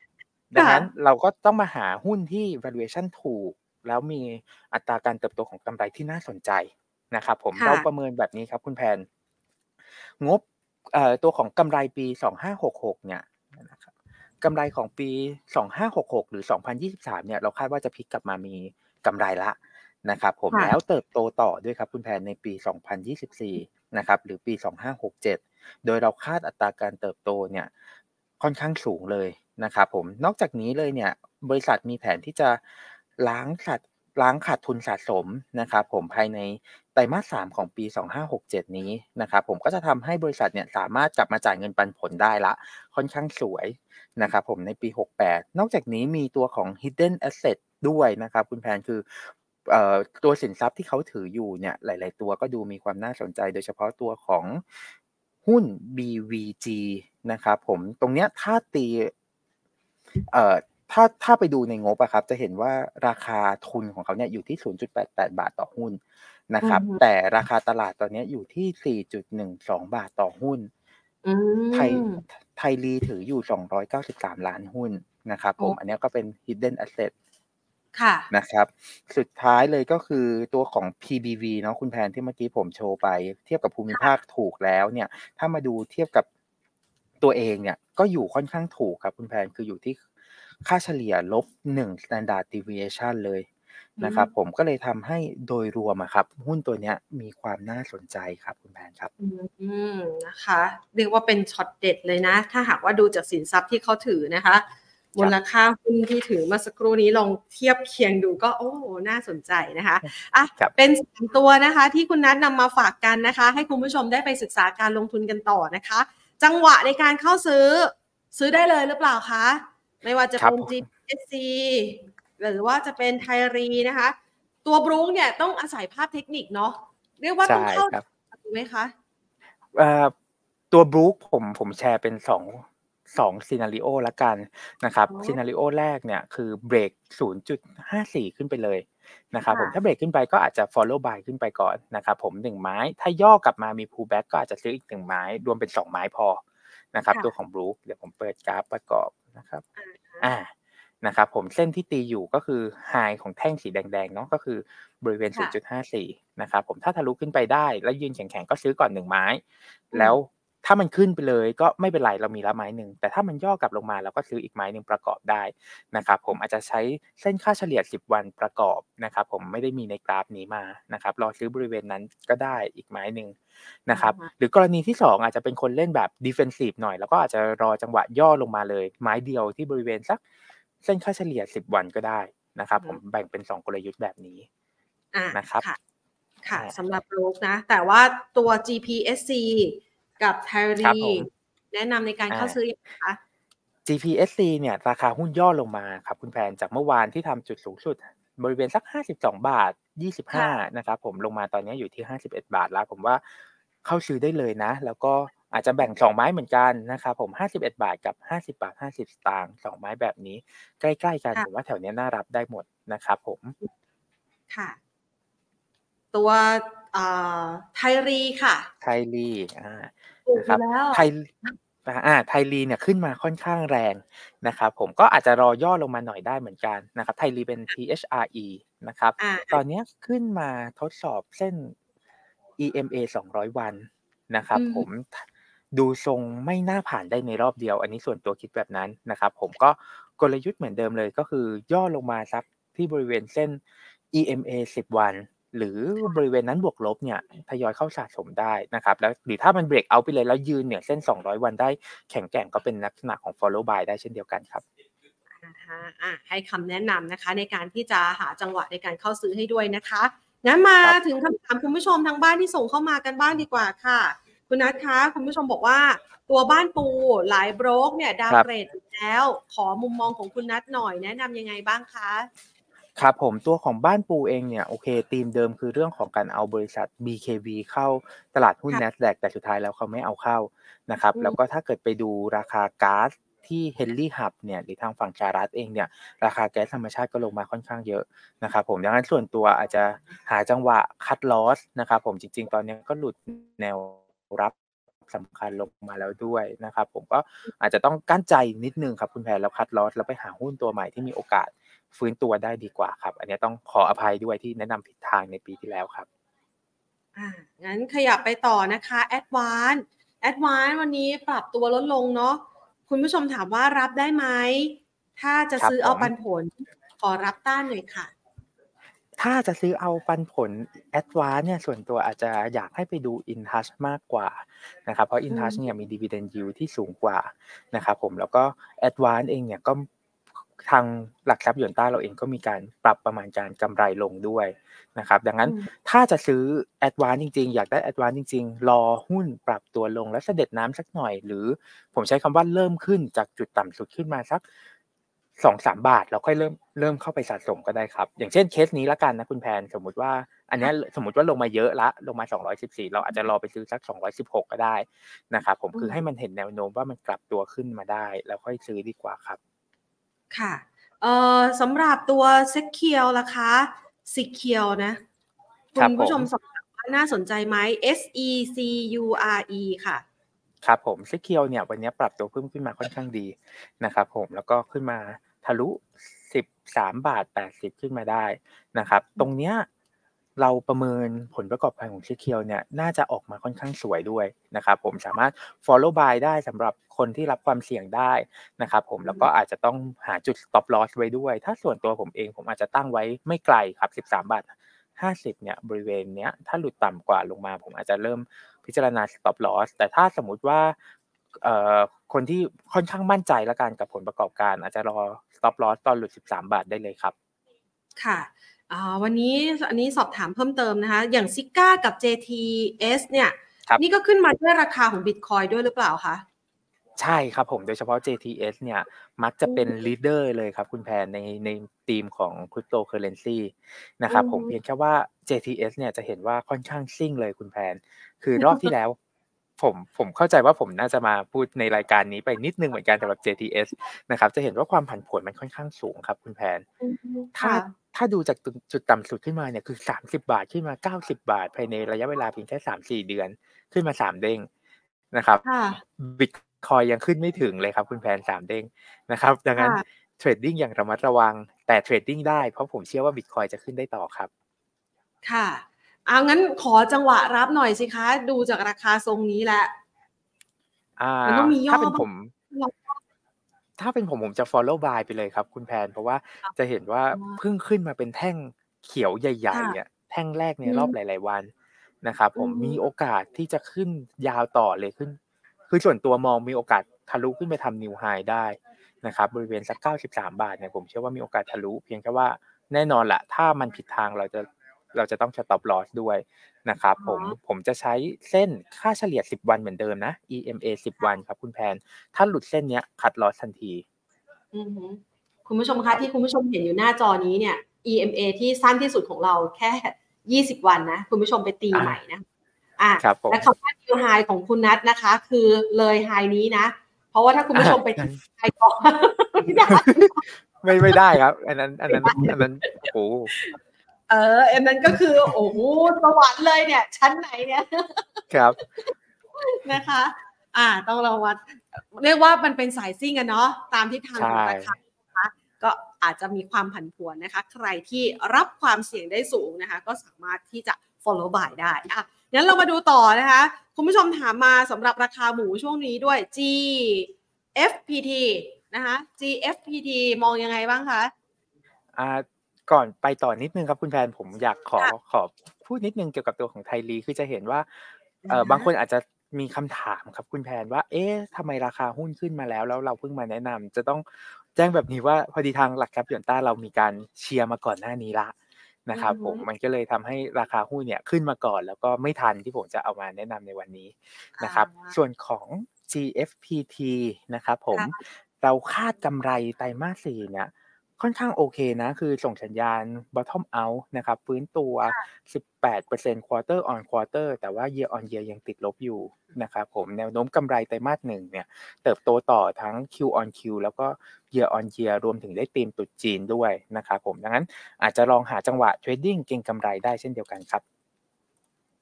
ดังค่ะนั้นเราก็ต้องมาหาหุ้นที่ valuation ถูกแล้วมีอัตราการเติบโตของกำไรที่น่าสนใจนะครับผมเราประค่ะเมินแบบนี้ครับคุณแพนงบเอ่อตัวของกำไรปีสองพันห้าร้อยหกสิบหกเนี่ยนะครับกำไรของปีสองพันห้าร้อยหกสิบหกหรือสองพันยี่สิบสามเนี่ยเราคาดว่าจะพลิกกลับมามีกำไรแล้วนะครับผมค่ะแล้วเติบโตต่อด้วยครับคุณแพนในปีสองพันยี่สิบสี่นะครับหรือปีสองพันห้าร้อยหกสิบเจ็ดโดยเราคาดอัตราการเติบโตเนี่ยค่อนข้างสูงเลยนะครับผมนอกจากนี้เลยเนี่ยบริษัทมีแผนที่จะล้างขาดล้างขาดทุนสะสมนะครับผมภายในไตรมาสสามของปีสองพันห้าร้อยหกสิบเจ็ดนี้นะครับผมก็จะทำให้บริษัทเนี่ยสามารถกลับมาจ่ายเงินปันผลได้แล้วค่อนข้างสวยนะครับผมในปีหกสิบแปดนอกจากนี้มีตัวของ Hidden Asset ด้วยนะครับคุณแพนคือเอ่อตัวสินทรัพย์ที่เขาถืออยู่เนี่ยหลายๆตัวก็ดูมีความน่าสนใจโดยเฉพาะตัวของหุ้น บี วี จี นะครับผมตรงเนี้ยถ้าตีเอ่อถ้าถ้าไปดูในงบอะครับจะเห็นว่าราคาทุนของเขาเนี่ยอยู่ที่ศูนย์จุดแปดแปดบาทต่อหุ้นนะครับอือฮึแต่ราคาตลาดตอนเนี้ยอยู่ที่สี่จุดหนึ่งสองบาทต่อหุ้นอืไทยมไทยรีถืออยู่สองร้อยเก้าสิบสามล้านหุ้นนะครับผมอันโอ้เนี้ยก็เป็น Hidden Asset ค่ะนะครับสุดท้ายเลยก็คือตัวของ พี บี วี เนาะคุณแพนที่เมื่อกี้ผมโชว์ไปเทียบกับภูมิภาคค่ะถูกแล้วเนี่ยถ้ามาดูเทียบกับตัวเองเนี่ยก็อยู่ค่อนข้างถูกครับคุณแพนคืออยู่ที่ค่าเฉลี่ยลบหนึ่ง Standard Deviation เลยอืนะครับผมมก็เลยทำให้โดยรวมอะครับหุ้นตัวเนี้ยมีความน่าสนใจครับคุณแพนครับอืมนะคะเรียกว่าเป็นช็อตเด็ดเลยนะถ้าหากว่าดูจากสินทรัพย์ที่เขาถือนะคะมูลครับค่าหุ้นที่ถือเมื่อสักครู่นี้ลองเทียบเคียงดูก็โอ้น่าสนใจนะคะอ่ะครับเป็นสามตัวนะคะที่คุณนัทนำมาฝากกันนะคะให้คุณผู้ชมได้ไปศึกษาการลงทุนกันต่อนะคะจังหวะในการเข้าซื้อซื้อได้เลยหรือเปล่าคะไม่ว่าจะเป็นครับผมจี พี เอส ซี หรือว่าจะเป็นไทรีนะคะตัวบรู๊คเนี่ยต้องอาศัยภาพเทคนิคเนาะเรียกว่าต้อใช่งเข้าครับถูกไหมคะเอ่อตัว Brook ผมผมแชร์เป็นสอง สอง Scenario แล้วกันนะครับอ๋อ Scenario แรกเนี่ยคือเบรกศูนย์จุดห้าสี่ขึ้นไปเลยนะครับผค่ะมถ้าเบรกขึ้นไปก็อาจจะ Follow buy ขึ้นไปก่อนนะครับผมหนึ่งไม้ถ้าย่อกลับมามี Pullback ก็อาจจะซื้ออีกหนึ่งไม้รวมเป็นสองไม้พอนะครับค่ะตัวของ Brook เดี๋ยวผมเปิดกราฟประกอบนะครับอะฮะอานะครับผมเส้นที่ตีอยู่ก็คือ High ของแท่งสีแดงๆเนาะก็คือบริเวณค่ะศูนย์จุดห้าสี่นะครับผมถ้าทะลุขึ้นไปได้แล้วยืนแข็งๆก็ซื้อก่อนหนึ่งไม้อืมแล้วถ้ามันขึ้นไปเลยก็ไม่เป็นไรเรามีละไม้หนึ่งแต่ถ้ามันย่อกลับลงมาเราก็ซื้ออีกไม้หนึ่งประกอบได้นะครับผมอาจจะใช้เส้นค่าเฉลี่ยสิบวันประกอบนะครับผมไม่ได้มีในกราฟนี้มานะครับรอซื้อบริเวณนั้นก็ได้อีกไม้หนึ่งนะครับอะฮะหรือกรณีที่สองอาจจะเป็นคนเล่นแบบ defensive หน่อยแล้วก็อาจจะรอจังหวะย่อลงมาเลยไม้เดียวที่บริเวณสักเส้นค่าเฉลี่ยสิบวันก็ได้นะครับผมอือฮึแบ่งเป็นสองกลยุทธ์แบบนี้อานะครับค่ะค่ะอาสำหรับโลกนะแต่ว่าตัว จี พี เอส ซี กับครับ Thai-Re ผมแนะนำในการอาเข้าซื้อยังไงคะจี พี เอส ซี เนี่ยราคาหุ้นย่อลงมาครับคุณแพนจากเมื่อวานที่ทำจุดสูงสุดบริเวณสักห้าสิบสองบาทยี่สิบห้าค่ะนะครับผมลงมาตอนนี้อยู่ที่ห้าสิบเอ็ดบาทแล้วผมว่าเข้าซื้อได้เลยนะแล้วก็อาจจะแบ่งสองไม้เหมือนกันนะครับผมห้าสิบเอ็ดบาทกับห้าสิบบาทห้าสิบสตางค์สองไม้แบบนี้ใกล้ๆกันผมว่าค่ะแถวเนี้ยน่ารับได้หมดนะครับผมค่ะตัวอ่า Thai-Re ค่ะไทยลีอาถูกนะครับอยู่แล้วไทยอาไทยลีเนี่ยขึ้นมาค่อนข้างแรงนะครับผมก็อาจจะรอย่อลงมาหน่อยได้เหมือนกันนะครับไทยลีเป็น ที เอช อาร์ อี นะครับอาตอนเนี้ยขึ้นมาทดสอบเส้น อี เอ็ม เอ สองร้อยวันนะครับอืผมมทดูทรงไม่น่าผ่านได้ในรอบเดียวอันนี้ส่วนตัวคิดแบบนั้นนะครับผมก็กลยุทธ์เหมือนเดิมเลยก็คือย่อลงมาสักที่บริเวณเส้น อี เอ็ม เอ สิบวันหรือบริเวณนั้นบวกลบเนี่ยทยอยเข้าสะสมได้นะครับแล้วหรือถ้ามันเบรกเอาต์ไปเลยแล้วยืนเหนือเส้นสองร้อยวันได้แข็งแกร่งก็เป็นลักษณะของ Follow buy ได้เช่นเดียวกันครับอะฮะอาให้คำแนะนำนะคะในการที่จะหาจังหวะในการเข้าซื้อให้ด้วยนะคะงั้นมาครับถึงคำถามคุณผู้ชมทางบ้านที่ส่งเข้ามากันบ้างดีกว่าค่ะคุณนัทคะคุณผู้ชมบอกว่าตัวบ้านปูหลายโบรกเนี่ยดาวครับน์เกรดอยู่แล้วขอมุมมองของคุณนัทหน่อยแนะนำยังไงบ้างคะครับผมตัวของบ้านปูเองเนี่ยโอเคธีมเดิมคือเรื่องของการเอาบริษัท บี เค วี เข้าตลาดหุ้นค่ะ NASDAQ แต่สุดท้ายแล้วเขาไม่เอาเข้านะครับอืมแล้วก็ถ้าเกิดไปดูราคาก๊าซที่ Henry Hub เนี่ยหรือทางฝั่งสหรัฐเองเนี่ยราคาแก๊สธรรมชาติก็ลงมาค่อนข้างเยอะนะครับผมดังนั้นส่วนตัวอาจจะหาจังหวะ cut loss นะครับผมจริงๆตอนนี้ก็หลุดแนวรับสำคัญลงมาแล้วด้วยนะครับผมก็อาจจะต้องกั้นใจนิดนึงครับคุณแพนแล้วคัดลอสแล้วไปหาหุ้นตัวใหม่ที่มีโอกาสฟื้นตัวได้ดีกว่าครับอันนี้ต้องขออภัยด้วยที่แนะนำผิดทางในปีที่แล้วครับอ่างั้นขยับไปต่อนะคะ Advance Advance วันนี้ปรับตัวลดลงเนาะคุณผู้ชมถามว่ารับได้ไหมถ้าจะครับซื้อเอาผมปันผลขอรับต้านหน่อยค่ะถ้าจะซื้อเอาปันผล Advance เนี่ยส่วนตัวอาจจะอยากให้ไปดู InTouch มากกว่านะครับเพราะอื InTouch เนี่ยมมี Dividend Yield ที่สูงกว่านะครับผมแล้วก็ Advance เองเนี่ยก็ทางหลักทรัพย์หยวนต้าเราเองก็มีการปรับประมาณการกำไรลงด้วยนะครับดังนั้นอืมถ้าจะซื้อ Advance จริงๆอยากได้ Advance จริงๆรอหุ้นปรับตัวลงแล้วเสด็จน้ำสักหน่อยหรือผมใช้คำว่าเริ่มขึ้นจากจุดต่ำสุดขึ้นมาสัก สองถึงสาม บาทเราค่อยเริ่มเริ่มเข้าไปสะสมก็ได้ครับอย่างเช่นเคสนี้แล้วกันนะคุณแพนสมมุติว่าอันเนี้ยค่ะสมมุติว่าลงมาเยอะแล้วลงมาสองร้อยสิบสี่เราอาจจะรอไปซื้อสักสองร้อยสิบหกก็ได้นะครับผมอืมคือให้มันเห็นแนวโน้มว่ามันกลับตัวขึ้นมาได้แล้วค่อยซื้อดีกว่าครับค่ะเอ่อสำหรับตัว Secure ล่ะคะ Secure นะคคุณรับผมผู้ชมสอบถามว่าน่าสนใจไหม เอส อี ซี ยู อาร์ อี ค่ะครับผม Sekiel เนี่ยวันนี้ปรับตัวเพิ่มขึ้นมาค่อนข้างดีนะครับผมแล้วก็ขึ้นมาทะลุสิบสามบาทแปดสิบขึ้นมาได้นะครับตรงเนี้ยเราประเมินผลประกอบการของ Sekiel เนี่ยน่าจะออกมาค่อนข้างสวยด้วยนะครับผมสามารถ follow buy ได้สำหรับคนที่รับความเสี่ยงได้นะครับผมอืแล้วก็มอาจจะต้องหาจุด stop loss ไว้ด้วยถ้าส่วนตัวผมเองผมอาจจะตั้งไว้ไม่ไกลครับสิบสามบาทห้าสิบเนี่ยบริเวณเนี้ยถ้าหลุดต่ำกว่าลงมาผมอาจจะเริ่มพิจารณา stop loss แต่ถ้าสมมุติว่าเอ่อคนที่ค่อนข้างมั่นใจแล้วกันกับผลประกอบการอาจจะรอ stop loss ตอนหลุดสิบสามบาทได้เลยครับค่ะอ่าวันนี้อันนี้สอบถามเพิ่มเติมนะคะอย่าง Sika กับ เจ ที เอส เนี่ยครับนี่ก็ขึ้นมาด้วยราคาของบิตคอยน์ด้วยหรือเปล่าคะใช่ครับผมโดยเฉพาะ เจ ที เอส เนี่ยมักจะเป็นอืม leader เลยครับคุณแพนในในธีมของ Cryptocurrency นะคอืรับผมเพียงมแค่ว่า เจ ที เอส เนี่ยจะเห็นว่าค่อนข้างซิ่งเลยคุณแพนคือรอบที่แล้วผมผมเข้าใจว่าผมน่าจะมาพูดในรายการนี้ไปนิดหนึ่งเหมือนกันสำหรับ เจ ที เอส นะครับจะเห็นว่าความผันผวนมันค่อนข้างสูงครับคุณแพนอืมถ้าค่ะถ้าดูจากจุดจุดต่ำสุดขึ้นมาเนี่ยคือสามสิบบบาทขึ้นมาเก้าสิบบบาทภายในระยะเวลาเพียงแค่สามถึงสี่เดือนขึ้นมาสามเด้งนะครับค่ะบิตคอยยังขึ้นไม่ถึงเลยครับคุณแพนสามเด้งนะครับดังนั้นค่ะเทรดดิ้งอย่างระมัดระวังแต่เทรดดิ้งได้เพราะผมเชื่อว่าบิตคอยจะขึ้นได้ต่อครับค่ะเอางั้นขอจังหวะรับหน่อยสิคะดูจากราคาทรงนี้แล้วอ่มันาต้องมีย่อบ้างถ้าเป็นผมถ้าเป็นผมผมจะ follow buy ไปเลยครับคุณแพนเพราะว่าจะเห็นว่าเพิ่งขึ้นมาเป็นแท่งเขียวใหญ่ๆค่ะอะแท่งแรกในอืมรอบหลายๆวันนะครับอืผมมีโอมกาสที่จะขึ้นยาวต่อเลยขึ้นคือส่วนตัวมองมีโอกาสทะลุขึ้นไปทำ New High ได้นะครับบริเวณสักเก้าสิบสามบาทเนี่ยผมเชื่อว่ามีโอกาสทะลุเพียงแค่ว่าแน่นอนแหละถ้ามันผิดทางเราจะเราจะต้อง stop loss ด้วยนะครับอ๋ผมอผมจะใช้เส้นค่าเฉลี่ยสิบวันเหมือนเดิมนะ อี เอ็ม เอ สิบวันครับคุณแพนถ้าหลุดเส้นเนี้ยคัดลอสทันทีอือฮึคุณผู้ชมคคะรับที่คุณผู้ชมเห็นอยู่หน้าจอนี้เนี่ย อี เอ็ม เอ ที่สั้นที่สุดของเราแค่ยี่สิบวันนะคุณผู้ชมไปตีอาใหม่นะอ่ะครับผมและคำว่า new high ของคุณนัทนะคะคือเลย high นี้นะเพราะว่าถ้าคุณอาผู้ชมไปใช่ high ก่อนไม่ได้ไม่ไม่ได้ครับอันนั้นอันนั้นอันนั้นโอ้โฮเอออันนั้นก็คือโอ้โฮสวรรค์เลยเนี่ยชั้นไหนเนี่ยครับนะคะอ่าต้องระวัดเรียกว่ามันเป็นสายซิ่งอะเนาะตามทิศทางใช่ของราคานะคะก็อาจจะมีความผันผวนนะคะใครที่รับความเสี่ยงได้สูงนะคะก็สามารถที่จะ follow buy ได้อ่ะงั้นเรามาดูต่อนะคะคุณผู้ชมถามมาสำหรับราคาหมูช่วงนี้ด้วย G เอฟ พี ที นะคะ จี เอฟ พี ที มองยังไงบ้างคะอ่าก่อนไปต่อนิดหนึ่งครับคุณแพนผมอยากขอค่ะขอพูดนิดหนึ่งเกี่ยวกับตัวของไทยลีคือจะเห็นว่าอเอ่อบางคนาอาจจะมีคำถามครับคุณแพนว่าเอ๊ะทำไมราคาหุ้นขึ้นมาแล้วแล้วเราเพิ่งมาแนะนำจะต้องแจ้งแบบนี้ว่าพอดีทางหลักทรัพย์หยวนต้าเรามีการเชียร์มาก่อนหน้านี้แล้วนะอือฮึครับผมมันก็เลยทำให้ราคาหุ้นเนี่ยขึ้นมาก่อนแล้วก็ไม่ทันที่ผมจะเอามาแนะนำในวันนี้อานะครับส่วนของ จี เอฟ พี ที นะครับผมค่ะเราคาดกำไรไตรมาสสี่เนี่ย ค่อนข้างโอเคนะคือส่งสัญญาณ bottom out นะครับฟื้นตัว สิบแปดเปอร์เซ็นต์ quarter on quarter แต่ว่า year on year ยังติดลบอยู่นะครับผมแนวโน้มกำไรไตรมาสหนึ่งเนี่ยเติบโตต่อทั้ง Q on Q แล้วก็ year on year รวมถึงได้ธีมตรุษจีนด้วยนะครับผมดังนั้นอาจจะลองหาจังหวะเทรดดิ้งเก็งกำไรได้เช่นเดียวกันครับ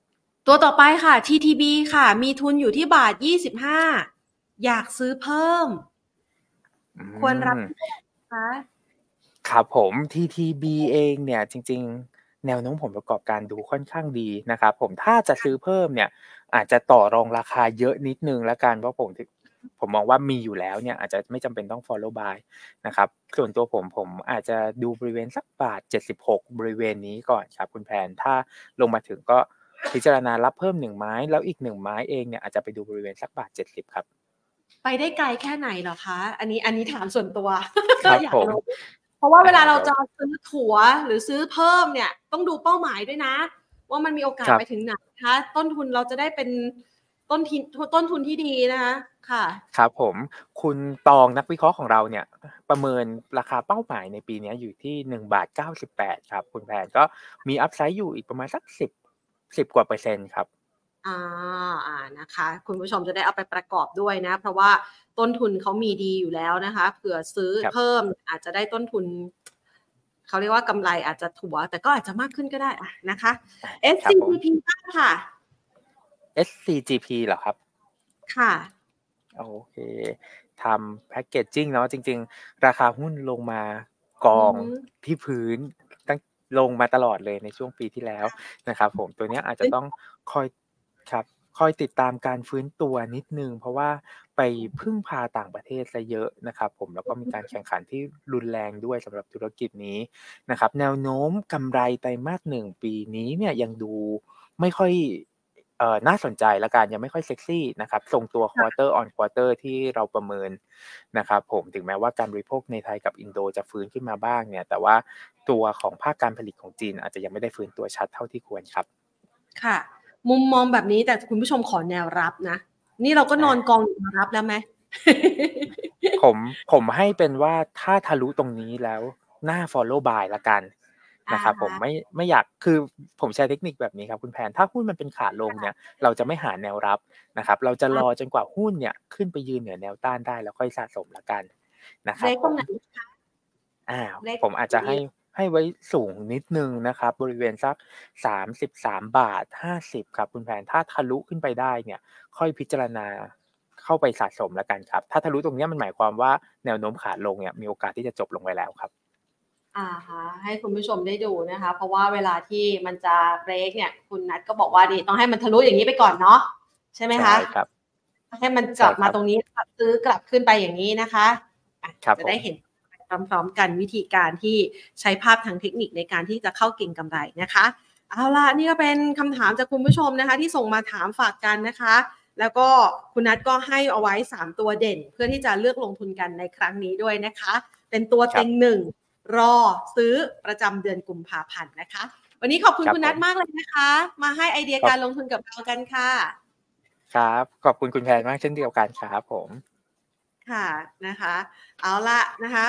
ตัวต่อไปค่ะ ที ที บี ค่ะมีทุนอยู่ที่บาทยี่สิบห้าอยากซื้อเพิ่มควรรับที่เท่าไหร่คะครับผม ที ที บี เองเนี่ยจริงๆแนวโน้มผลประกอบการดูค่อนข้างดีนะครับผมถ้าจะซื้อเพิ่มเนี่ยอาจจะต่อรองราคาเยอะนิดนึงแล้วกันเพราะผมผมมองว่ามีอยู่แล้วเนี่ยอาจจะไม่จำเป็นต้อง follow buy นะครับส่วนตัวผมผมอาจจะดูบริเวณสักบาทเจ็ดสิบหกบริเวณนี้ก่อนครับคุณแพนถ้าลงมาถึงก็พิจารณารับเพิ่มหนึ่งไม้แล้วอีกหนึ่งไม้เองเนี่ยอาจจะไปดูบริเวณสักบาทเจ็ดสิบครับไปได้ไกลแค่ไหนเหรอคะอันนี้อันนี้ถามส่วนตัวครับอยาผมกรู้เพราะว่าเวลาเราอ่าเดี๋ยวจะซื้อตั๋วหรือซื้อเพิ่มเนี่ยต้องดูเป้าหมายด้วยนะว่ามันมีโอกาครับสไปถึงไหนนะคะต้นทุนเราจะได้เป็นต้นทุนต้นทุนที่ดีนะคะค่ะครับผมคุณตองนักวิเคราะห์ของเราเนี่ยประเมินราคาเป้าหมายในปีนี้อยู่ที่หนึ่งบาทเก้าสิบแปดครับคุณแพนก็มีอัพไซด์อยู่อีกประมาณสักสิบ สิบกว่าเปอร์เซ็นต์ครับอ่าอ่านะคะคุณผู้ชมจะได้เอาไปประกอบด้วยนะเพราะว่าต้นทุนเขามีดีอยู่แล้วนะคะเผื่อซื้อครับเพิ่มอาจจะได้ต้นทุนเขาเรียกว่ากำไรอาจจะถัวแต่ก็อาจจะมากขึ้นก็ได้อะนะคะครับผมเอส ซี พี พี บ้างค่ะเอส ซี จี พี เหรอครับค่ะโอเคทำแพ็กเกจจิ้งเนาะจริงๆราคาหุ้นลงมากองอือฮึที่พื้นตั้งลงมาตลอดเลยในช่วงปีที่แล้วนะครับผมตัวเนี้ยอาจจะต้องคอยครับคอยติดตามการฟื้นตัวนิดนึงเพราะว่าไปพึ่งพาต่างประเทศซะเยอะนะครับผมแล้วก็มีการแข่งขันที่รุนแรงด้วยสำหรับธุรกิจนี้นะครับแนวโน้มกำไรไตรมาสหนึ่งปีนี้เนี่ยยังดูไม่ค่อย เอ่อน่าสนใจแล้วกันยังไม่ค่อยเซ็กซี่นะครับทรงตัว quarter on quarter ที่เราประเมินนะครับผมถึงแม้ว่าการบริโภคในไทยกับอินโดจะฟื้นขึ้นมาบ้างเนี่ยแต่ว่าตัวของภาคการผลิตของจีนอาจจะยังไม่ได้ฟื้นตัวชัดเท่าที่ควรครับค่ะมุมมองแบบนี้แต่คุณผู้ชมขอแนวรับนะนี่เราก็นอนอากองอยู่แนวรับแล้วไหมผมผมให้เป็นว่าถ้าทะลุตรงนี้แล้วน่า follow buy แล้วกันอะนะครับผมฮะไม่ไม่อยากคือผมใช้เทคนิคแบบนี้ครับคุณแพนถ้าหุ้นมันเป็นขาลงเนี่ยเราจะไม่หาแนวรับนะครับเราจะรอจนกว่าหุ้นเนี่ยขึ้นไปยืนเหนือแนวต้านได้แล้วค่อยสะสมแล้วกันนะคเบรกตรงไหนรับผมอาเบรกผมอาจจะให้ให้ไว้สูงนิดหนึ่งนะครับบริเวณสักสามสิบสามบาทห้าสิบครับคุณแพนถ้าทะลุขึ้นไปได้เนี่ยค่อยพิจารณาเข้าไปสะสมแล้วกันครับถ้าทะลุตรงเนี้ยมันหมายความว่าแนวโน้มขาลงเนี่ยมีโอกาสที่จะจบลงไปแล้วครับอะฮะให้คุณผู้ชมได้ดูนะคะเพราะว่าเวลาที่มันจะเบรกเนี่ยคุณนัทก็บอกว่านี่ต้องให้มันทะลุอย่างนี้ไปก่อนเนาะใช่ไหมใช่คะครับให้มันกใช่ครับลับมาตรงนี้ซื้อกลับขึ้นไปอย่างนี้นะคะอะครับผมจะได้เห็นพร้อมๆกันวิธีการที่ใช้ภาพทางเทคนิคในการที่จะเข้าเก็งกำไรนะคะเอาล่ะนี่ก็เป็นคำถามจากคุณผู้ชมนะคะที่ส่งมาถามฝากกันนะคะแล้วก็คุณนัทก็ให้เอาไว้สามตัวเด่นเพื่อที่จะเลือกลงทุนกันในครั้งนี้ด้วยนะคะเป็นตัวครับเต็งหนึ่งรอซื้อประจำเดือนกุมภาพันธ์นะคะวันนี้ขอบคุณครับคุณนัทมากผมเลยนะคะมาให้ไอเดียขอบการลงทุนกับเรากันค่ะครับขอบคุณคุณแพนมากเช่นเดียวกันครับผมค่ะนะคะเอาละนะคะ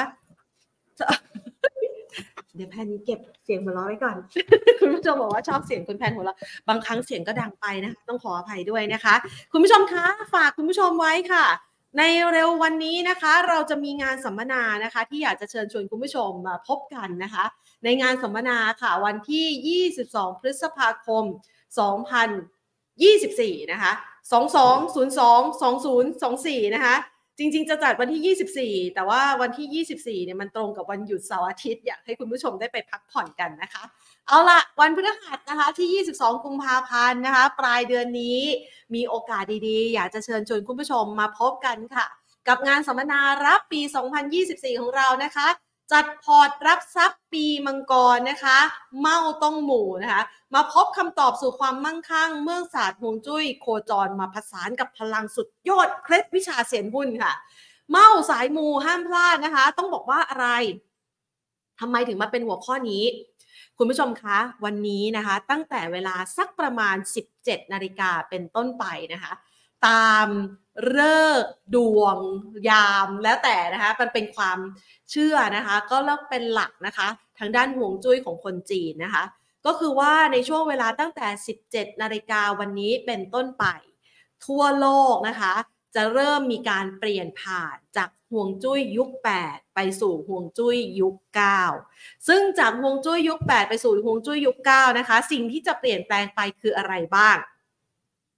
เดี๋ยวแพนเก็บเสียงหัวเราะไว้ก่อน คุณผู้ชมบอกว่าชอบเสียงคุณแพนหัวเราะบางครั้งเสียงก็ดังไปนะคะต้องขออภัยด้วยนะคะคุณผู้ชมคะฝากคุณผู้ชมไว้ค่ะในเร็ววันนี้นะคะเราจะมีงานสัมมนานะคะที่อยากจะเชิญชวนคุณผู้ชมมาพบกันนะคะในงานสัมมนาค่ะวันที่ยี่สิบสองพฤษภาคมสองพันยี่สิบสี่นะคะสอง สอง ศูนย์ สอง สอง ศูนย์ สอง สี่นะคะจริงๆจะจัดวันที่ยี่สิบสี่แต่ว่าวันที่ยี่สิบสี่เนี่ยมันตรงกับวันหยุดเสาร์อาทิตย์อยากให้คุณผู้ชมได้ไปพักผ่อนกันนะคะเอาละวันพฤหัสนะคะที่ยี่สิบสองกุมภาพันธ์นะคะปลายเดือนนี้มีโอกาสดีๆอยากจะเชิญชวนคุณผู้ชมมาพบกันค่ะกับงานสัมมนารับปีสองพันยี่สิบสี่ของเรานะคะจัดพอร์ตรับทรัพย์ปีมังกรนะคะเมาต้องหมู่นะคะมาพบคำตอบสู่ความมั่งคั่งเมื่อศาสตร์ฮวงจุ้ยโคจรมาผสานกับพลังสุดยอดเคล็ดวิชาเสียนหุ้นค่ะเมาสายมูห้ามพลาดนะคะต้องบอกว่าอะไรทำไมถึงมาเป็นหัวข้อนี้คุณผู้ชมคะวันนี้นะคะตั้งแต่เวลาสักประมาณสิบเจ็ดนาฬิกาเป็นต้นไปนะคะตามฤกษ์ดวงยามแล้วแต่นะคะมันเป็นความเชื่อนะคะก็เลิกเป็นหลักนะคะทางด้านฮวงจุ้ยของคนจีนนะคะก็คือว่าในช่วงเวลาตั้งแต่สิบเจ็ดนาฬิกาวันนี้เป็นต้นไปทั่วโลกนะคะจะเริ่มมีการเปลี่ยนผ่านจากฮวงจุ้ยยุคแปดไปสู่ฮวงจุ้ยยุคเก้าซึ่งจากฮวงจุ้ยยุคแปดไปสู่ฮวงจุ้ยยุคเก้านะคะสิ่งที่จะเปลี่ยนแปลงไปคืออะไรบ้าง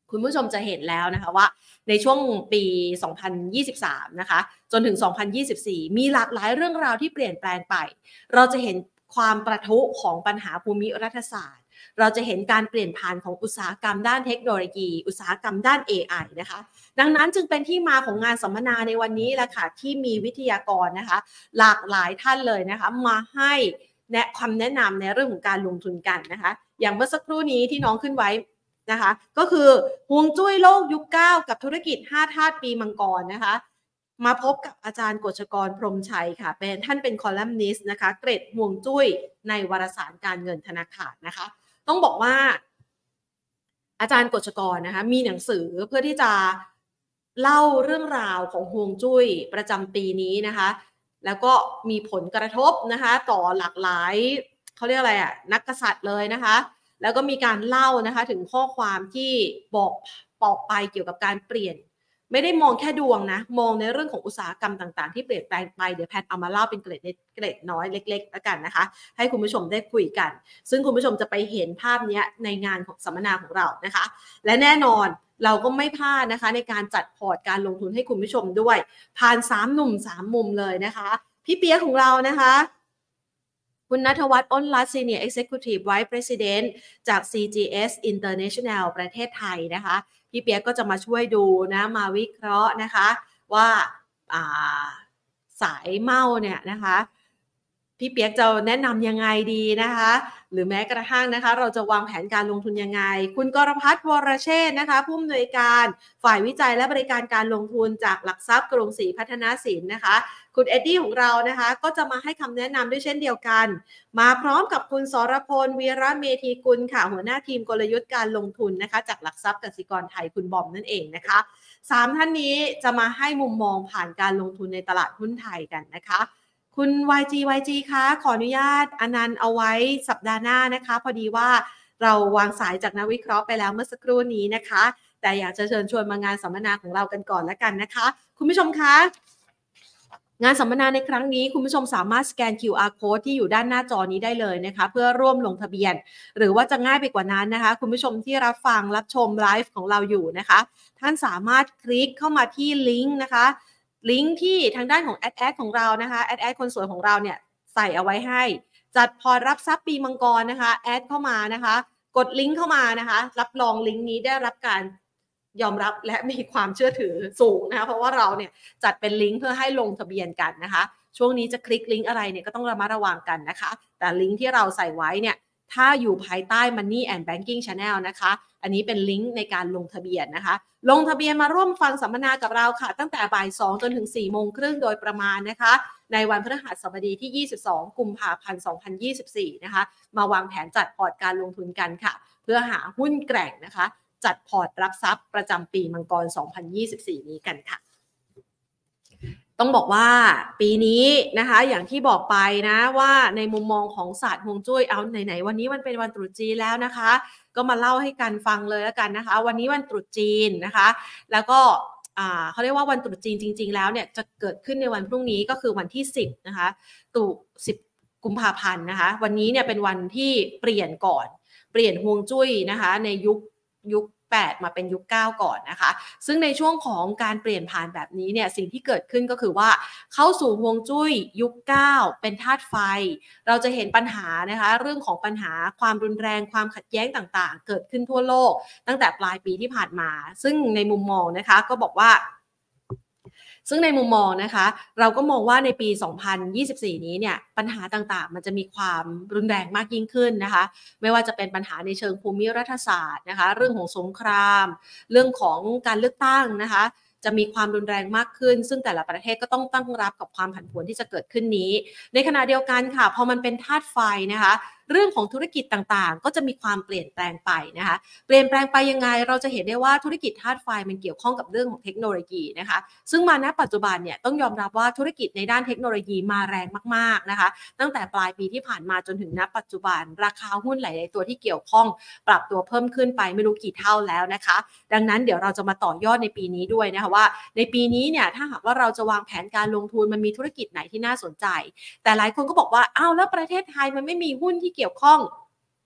คุณผู้ชมจะเห็นแล้วนะคะว่าในช่วงปีสองพันยี่สิบสามนะคะจนถึงสองพันยี่สิบสี่มีหลากหลายเรื่องราวที่เปลี่ยนแปลงไปเราจะเห็นความประทุของปัญหาภูมิรัฐศาสตร์เราจะเห็นการเปลี่ยนผ่านของอุตสาหกรรมด้านเทคโนโลยีอุตสาหกรรมด้าน เอ ไอ นะคะดังนั้นจึงเป็นที่มาของงานสัมมนาในวันนี้แหละค่ะที่มีวิทยากรนะคะหลากหลายท่านเลยนะคะมาให้แนะคำแนะนำในเรื่องของการลงทุนกันนะคะอย่างเมื่อสักครู่นี้ที่น้องขึ้นไว้นะคะก็คือฮวงจุ้ยโลกยุคเก้ากับธุรกิจห้าธาตุปีมังกรนะคะมาพบกับอาจารย์กฤษกรพรหมชัยค่ะเป็นท่านเป็นคอลัมนิสต์นะคะเกรดฮวงจุ้ยในวารสารการเงินธนาคารนะคะต้องบอกว่าอาจารย์กฤษกรนะคะมีหนังสือเพื่อที่จะเล่าเรื่องราวของฮวงจุ้ยประจำปีนี้นะคะแล้วก็มีผลกระทบนะคะต่อหลากหลายเขาเรียกอะไรอ่ะนักกษัตริย์เลยนะคะแล้วก็มีการเล่านะคะถึงข้อความที่บอกบอกไปเกี่ยวกับการเปลี่ยนไม่ได้มองแค่ดวงนะมองในเรื่องของอุตสาหกรรมต่างๆที่เปลี่ยนแปลงไปเดี๋ยวแพทเอามาเล่าเป็นเกร็ดเกร็ดน้อยเล็กๆแล้วกันนะคะให้คุณผู้ชมได้คุยกันซึ่งคุณผู้ชมจะไปเห็นภาพนี้ในงานของสัมมนาของเรานะคะและแน่นอนเราก็ไม่พลาดนะคะในการจัดพอร์ตการลงทุนให้คุณผู้ชมด้วยผ่านสามหนุ่มสามมุมเลยนะคะพี่เปียกของเรานะคะคุณณัฐวัฒน์อ้นรัตน์ Senior Executive Vice President จาก ซี จี เอส International ประเทศไทยนะคะพี่เปียกก็จะมาช่วยดูนะมาวิเคราะห์นะคะว่าสายเมาเนี่ยนะคะพี่เปียกจะแนะนำยังไงดีนะคะหรือแม้กระทั่งนะคะเราจะวางแผนการลงทุนยังไงคุณกรพัฒน์วรเชษฐ์นะคะผู้อำนวยการฝ่ายวิจัยและบริการการลงทุนจากหลักทรัพย์กรุงศรีพัฒนาสินนะคะคุณเอ็ดดี้ของเรานะคะก็จะมาให้คำแนะนำด้วยเช่นเดียวกันมาพร้อมกับคุณสรพลวีระเมธีกุลค่ะหัวหน้าทีมกลยุทธ์การลงทุนนะคะจากหลักทรัพย์กสิกรไทยคุณบอมนั่นเองนะคะสามท่านนี้จะมาให้มุมมองผ่านการลงทุนในตลาดหุ้นไทยกันนะคะคุณ วาย จี วาย จี คะขออนุญาตอนันต์เอาไว้สัปดาห์หน้านะคะพอดีว่าเราวางสายจากนักวิเคราะห์ไปแล้วเมื่อสักครู่นี้นะคะแต่อยากจะเชิญชวนมางานสัมมนาของเรากันก่อนแล้วกันนะคะคุณผู้ชมคะงานสัมมนาในครั้งนี้คุณผู้ชมสามารถสแกน คิว อาร์ Code ที่อยู่ด้านหน้าจอนี้ได้เลยนะคะเพื่อร่วมลงทะเบียนหรือว่าจะง่ายไปกว่านั้นนะคะคุณผู้ชมที่รับฟังรับชมไลฟ์ของเราอยู่นะคะท่านสามารถคลิกเข้ามาที่ลิงก์นะคะลิงก์ที่ทางด้านของแอดแอดของเรานะคะแอดแอดคนสวยของเราเนี่ยใส่เอาไว้ให้จัดพอร์ตรับทรัพย์ปีมังกรนะคะแอดเข้ามานะคะกดลิงก์เข้ามานะคะรับรองลิงก์นี้ได้รับการยอมรับและมีความเชื่อถือสูงนะคะเพราะว่าเราเนี่ยจัดเป็นลิงก์เพื่อให้ลงทะเบียนกันนะคะช่วงนี้จะคลิกลิงก์อะไรเนี่ยก็ต้องระมัดระวังกันนะคะแต่ลิงก์ที่เราใส่ไว้เนี่ยถ้าอยู่ภายใต้ Money and Banking Channel นะคะอันนี้เป็นลิงก์ในการลงทะเบียนนะคะลงทะเบียนมาร่วมฟังสัมมนากับเราค่ะตั้งแต่บ่ายสองจนถึงสี่โมงครึ่งโดยประมาณนะคะในวันพฤหัสบดีที่ยี่สิบสองกุมภาพันธ์สองพันยี่สิบสี่นะคะมาวางแผนจัดพอร์ตการลงทุนกันค่ะเพื่อหาหุ้นแกร่งนะคะจัดพอร์ตรับทรัพย์ประจำปีมังกรสองพันยี่สิบสี่นี้กันค่ะต้องบอกว่าปีนี้นะคะอย่างที่บอกไปนะว่าในมุมมองของศาสตร์ฮวงจุ้ยเอาไหนๆวันนี้มันเป็นวันตรุษจีนแล้วนะคะก็มาเล่าให้กันฟังเลยแล้วกันนะคะวันนี้วันตรุษจีนนะคะแล้วก็เขาเรียกว่าวันตรุษจีนจริงๆแล้วเนี่ยจะเกิดขึ้นในวันพรุ่งนี้ก็คือวันที่สิบนะคะตุสิบกุมภาพันธ์นะคะวันนี้เนี่ยเป็นวันที่เปลี่ยนก่อนเปลี่ยนฮวงจุ้ยนะคะในยุคยุคแปดมาเป็นยุคเก้าก่อนนะคะซึ่งในช่วงของการเปลี่ยนผ่านแบบนี้เนี่ยสิ่งที่เกิดขึ้นก็คือว่าเข้าสู่ฮวงจุ้ยยุคเก้าเป็นธาตุไฟเราจะเห็นปัญหานะคะเรื่องของปัญหาความรุนแรงความขัดแย้งต่างๆเกิดขึ้นทั่วโลกตั้งแต่ปลายปีที่ผ่านมาซึ่งในมุมมองนะคะก็บอกว่าซึ่งในมุมมองนะคะเราก็มองว่าในปีสองพันยี่สิบสี่นี้เนี่ยปัญหาต่างๆมันจะมีความรุนแรงมากยิ่งขึ้นนะคะไม่ว่าจะเป็นปัญหาในเชิงภูมิรัฐศาสตร์นะคะเรื่องของสงครามเรื่องของการเลือกตั้งนะคะจะมีความรุนแรงมากขึ้นซึ่งแต่ละประเทศก็ต้องตั้งรับกับความผันผวนที่จะเกิดขึ้นนี้ในขณะเดียวกันค่ะพอมันเป็นธาตุไฟนะคะเรื่องของธุรกิจต่างๆก็จะมีความเปลี่ยนแปลงไปนะคะเปลี่ยนแปลงไปยังไงเราจะเห็นได้ว่าธุรกิจธาตุไฟมันเกี่ยวข้องกับเรื่องของเทคโนโลยีนะคะซึ่งมาณปัจจุบันเนี่ยต้องยอมรับว่าธุรกิจในด้านเทคโนโลยีมาแรงมากๆนะคะตั้งแต่ปลายปีที่ผ่านมาจนถึงณปัจจุบันราคาหุ้นหลายๆตัวที่เกี่ยวข้องปรับตัวเพิ่มขึ้นไปไม่รู้กี่เท่าแล้วนะคะดังนั้นเดี๋ยวเราจะมาต่อยอดในปีนี้ด้วยนะคะว่าในปีนี้เนี่ยถ้าหากว่าเราจะวางแผนการลงทุนมันมีธุรกิจไหนที่น่าสนใจแต่หลายคนก็บอกว่าอ้าวแล้วประเทศไทยมันไม่มีหุ้นที่เกี่ยวข้อง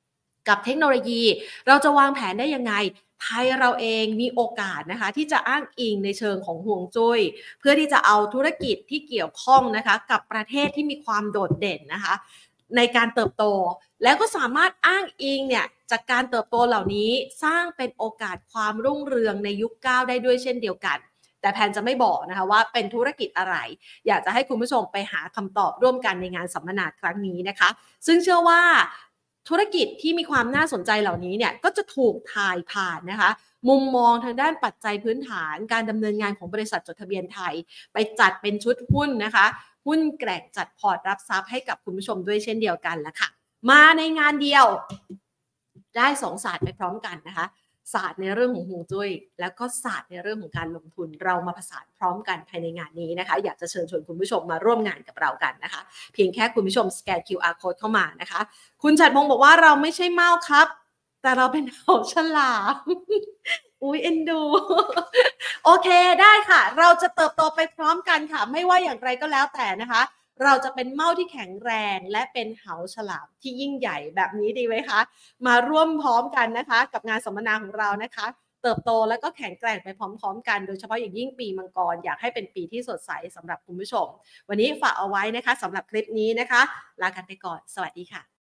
กับเทคโนโลยีเราจะวางแผนได้ยังไงไทยเราเองมีโอกาสนะคะที่จะอ้างอิงในเชิงของห่วงจุ้ยเพื่อที่จะเอาธุรกิจที่เกี่ยวข้องนะคะกับประเทศที่มีความโดดเด่นนะคะในการเติบโตแล้วก็สามารถอ้างอิงเนี่ยจากการเติบโตเหล่านี้สร้างเป็นโอกาสความรุ่งเรืองในยุคเก้าได้ด้วยเช่นเดียวกันแต่แพนจะไม่บอกนะคะว่าเป็นธุรกิจอะไรอยากจะให้คุณผู้ชมไปหาคำตอบร่วมกันในงานสัมมนาครั้งนี้นะคะซึ่งเชื่อว่าธุรกิจที่มีความน่าสนใจเหล่านี้เนี่ยก็จะถูกถ่ายผ่านนะคะมุมมองทางด้านปัจจัยพื้นฐานการดำเนินงานของบริษัทจดทะเบียนไทยไปจัดเป็นชุดหุ้นนะคะหุ้นแกร่งจัดพอร์ตรับทรัพย์ให้กับคุณผู้ชมด้วยเช่นเดียวกันละค่ะมาในงานเดียวได้สองศาสตร์ไปพร้อมกันนะคะศาสตร์ในเรื่องของฮวงจุ้ยแล้วก็ศาสตร์ในเรื่องของการลงทุนเรามาผสานพร้อมกันภายในงานนี้นะคะอยากจะเชิญชวนคุณผู้ชมมาร่วมงานกับเรากันนะคะเพียงแค่คุณผู้ชมสแกน คิว อาร์ Code เข้ามานะคะคุณฉัตรพงศ์บอกว่าเราไม่ใช่เมาครับแต่เราเป็นเขาฉลามอุ้ยเอ็นดูโอเคได้ค่ะเราจะเติบโตไปพร้อมกันค่ะไม่ว่าอย่างไรก็แล้วแต่นะคะเราจะเป็นเม่าที่แข็งแรงและเป็นเหาฉลามที่ยิ่งใหญ่แบบนี้ดีไหมคะมาร่วมพร้อมกันนะคะกับงานสัมมนาของเรานะคะเติบโตแล้วก็แข็งแกร่งไปพร้อมๆกันโดยเฉพาะอย่างยิ่งปีมังกรอยากให้เป็นปีที่สดใสสำหรับคุณผู้ชมวันนี้ฝากเอาไว้นะคะสำหรับคลิปนี้นะคะลากันไปก่อนสวัสดีค่ะ